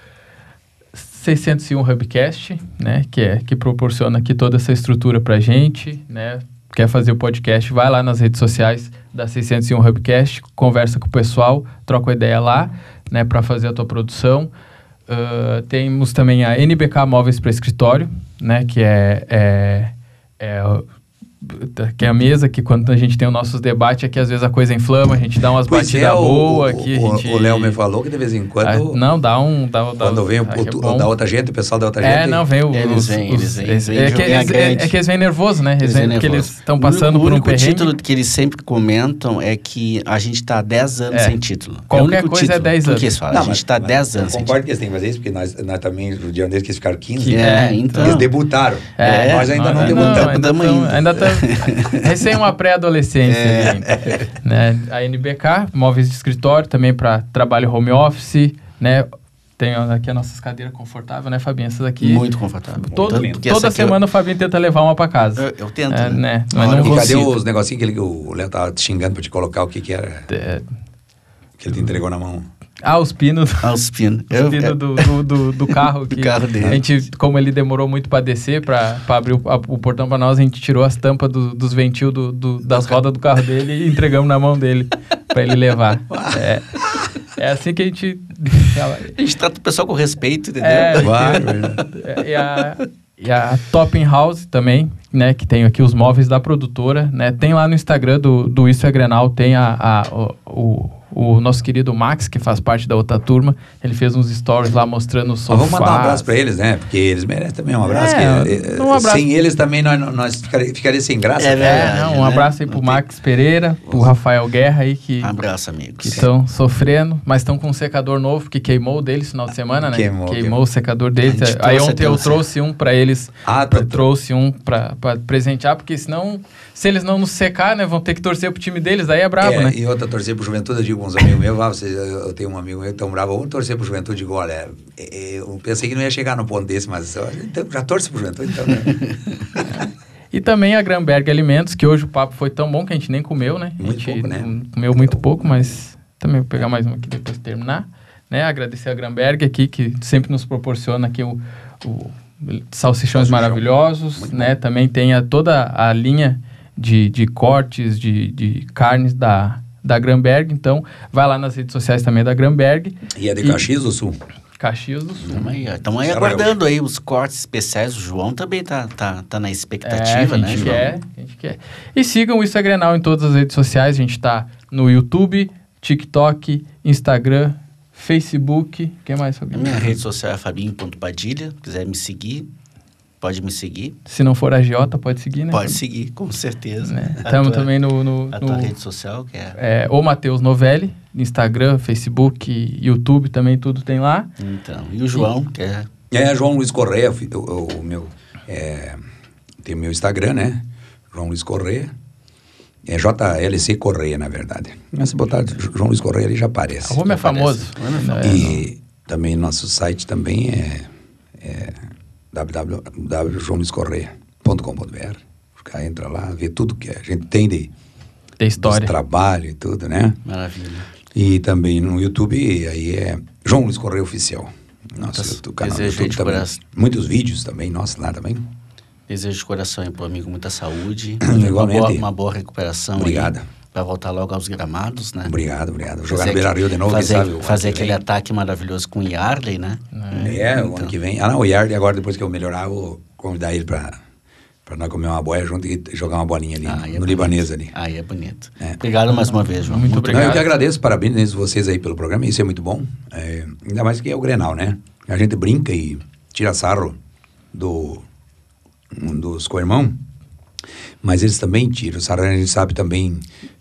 601 Hubcast, né? Que proporciona aqui toda essa estrutura pra gente, né? Quer fazer o podcast, vai lá nas redes sociais da 601 Hubcast, conversa com o pessoal, troca uma ideia lá, né? Pra fazer a tua produção. Temos também a NBK Móveis para Escritório, né? Que é a mesa que quando a gente tem os nossos debates aqui, às vezes a coisa inflama, a gente dá umas batidas boas aqui. O Léo me falou que de vez em quando... Não, dá quando vem da outra gente, o pessoal da outra gente... não, vem eles vêm. É que eles vêm nervosos, né? Porque eles estão passando por um perrengue. O único título que eles sempre comentam é que a gente está há 10 anos sem título. Qualquer coisa é 10 anos. Que eles falam? A gente está há 10 anos sem título. Concordo que eles têm que fazer isso, porque nós também, o dia deles que eles ficaram 15. Então. Eles debutaram. Nós ainda não debutamos. Ainda estamos... Recém uma pré-adolescência ali, né? A NBK, móveis de escritório, também para trabalho home office, né? Tem aqui as nossas cadeiras confortáveis, né, Fabinho? Essas aqui... Muito confortável. Toda semana o Fabinho tenta levar uma para casa. Eu tento, né? Mas não consigo. Cadê os negocinhos que o Léo tava te xingando para te colocar o que era? Que ele te entregou na mão. Os pinos. Os pinos. Do carro. Do carro dele. A gente, como ele demorou muito para descer, para abrir o portão para nós, a gente tirou as tampas dos ventil das rodas do carro dele e entregamos na mão dele para ele levar. É assim que a gente... A gente trata o pessoal com respeito, entendeu? E a Topping House também, né? Que tem aqui os móveis da produtora, né? Tem lá no Instagram do Isso é Grenal, tem o nosso querido Max, que faz parte da outra turma. Ele fez uns stories lá mostrando o sofá. Vamos mandar um abraço pra eles, né? Porque eles merecem também um abraço. Um abraço. Sem eles também nós ficaria sem graça. Um abraço aí pro Max Pereira, pro Rafael Guerra aí, que... Abraço, amigos. Que estão sofrendo, mas estão com um secador novo, que queimou o deles no final de semana, né? Queimou o secador deles. Aí ontem eu trouxe um pra eles. Eu trouxe um pra presentear, porque senão... Se eles não nos secar, né? Vão ter que torcer pro time deles, aí é brabo, né? E outra, torcer pro Juventude, eu digo com uns amigos meus, eu tenho um amigo meu tão bravo, vamos torcer pro Juventude, digo, olha, eu pensei que não ia chegar no ponto desse, mas então, já torce pro Juventude, então, né? E também a Gramberg Alimentos, que hoje o papo foi tão bom que a gente nem comeu, né? Muito pouco, né? Comeu muito pouco, mas também vou pegar mais uma aqui depois de terminar, né? Agradecer a Gramberg aqui, que sempre nos proporciona aqui o salsichões maravilhosos, né? Também tem toda a linha de cortes, de carnes da Gramberg. Então, vai lá nas redes sociais também da Gramberg. E é de Caxias do Sul? Caxias do Sul. Estamos aí aguardando aí os cortes especiais. O João também tá na expectativa, né, João? A gente quer. E sigam o Isso é Grenal em todas as redes sociais. A gente tá no YouTube, TikTok, Instagram, Facebook. O que mais, Fabinho? Minha rede social é fabinho.padilha. Se quiser me seguir, pode me seguir. Se não for agiota, pode seguir, né? Pode seguir, com certeza. Estamos também a tua rede social, que o Matheus Novelli, Instagram, Facebook, YouTube, também tudo tem lá. Então, e o João, que é... João Luiz Correia, tem o meu Instagram, né? João Luiz Correia. É JLC Correia, na verdade. Mas se botar João Luiz Correia, ele já aparece. O homem é famoso. E também nosso site também é www.joaoluiscorreia.com.br. Entra lá, vê tudo que a gente tem de história, trabalho e tudo, né? Maravilha. E também no YouTube, aí é João Luiz Correia Oficial. Nosso canal do YouTube também. Muitos vídeos também, nossos lá também. Desejo de coração aí pro amigo muita saúde. Igualmente. Uma boa recuperação. Obrigado. para voltar logo aos gramados, né? Obrigado. Vou jogar no Beira-Rio de novo, fazer aquele ataque maravilhoso com o Yarley, né? O ano que vem. O Yarley agora, depois que eu melhorar, vou convidar ele para nós comer uma boia junto e jogar uma bolinha ali, no Libanês ali. Aí é bonito. Obrigado mais uma vez, João. Muito obrigado. Eu que agradeço, parabéns vocês aí pelo programa, isso é muito bom. Ainda mais que é o Grenal, né? A gente brinca e tira sarro dos co-irmãos, mas eles também tiram sarro, a gente sabe também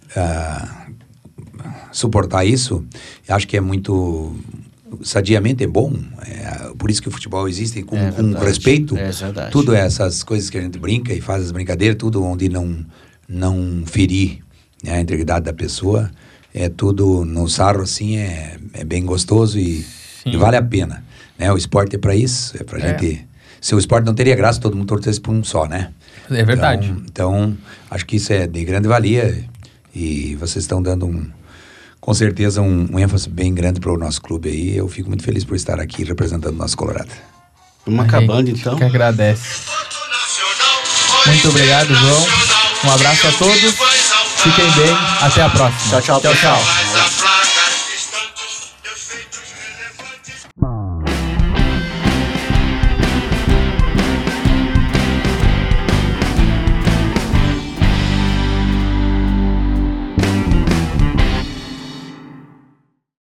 suportar isso. Eu acho que é muito... Sadiamente é bom, por isso que o futebol existe com respeito. É verdade. Tudo essas coisas que a gente brinca e faz as brincadeiras, tudo onde não ferir, né, a integridade da pessoa, tudo no sarro assim, é bem gostoso e vale a pena, né? O esporte é para isso, é pra gente... Se o esporte não teria graça, todo mundo torcesse por um só, né? É verdade. Então, acho que isso é de grande valia e vocês estão dando com certeza um ênfase bem grande para o nosso clube aí. Eu fico muito feliz por estar aqui representando o nosso Colorado. Vamos acabando, então. Que agradece. Muito obrigado, João. Um abraço a todos. Fiquem bem. Até a próxima. Tchau.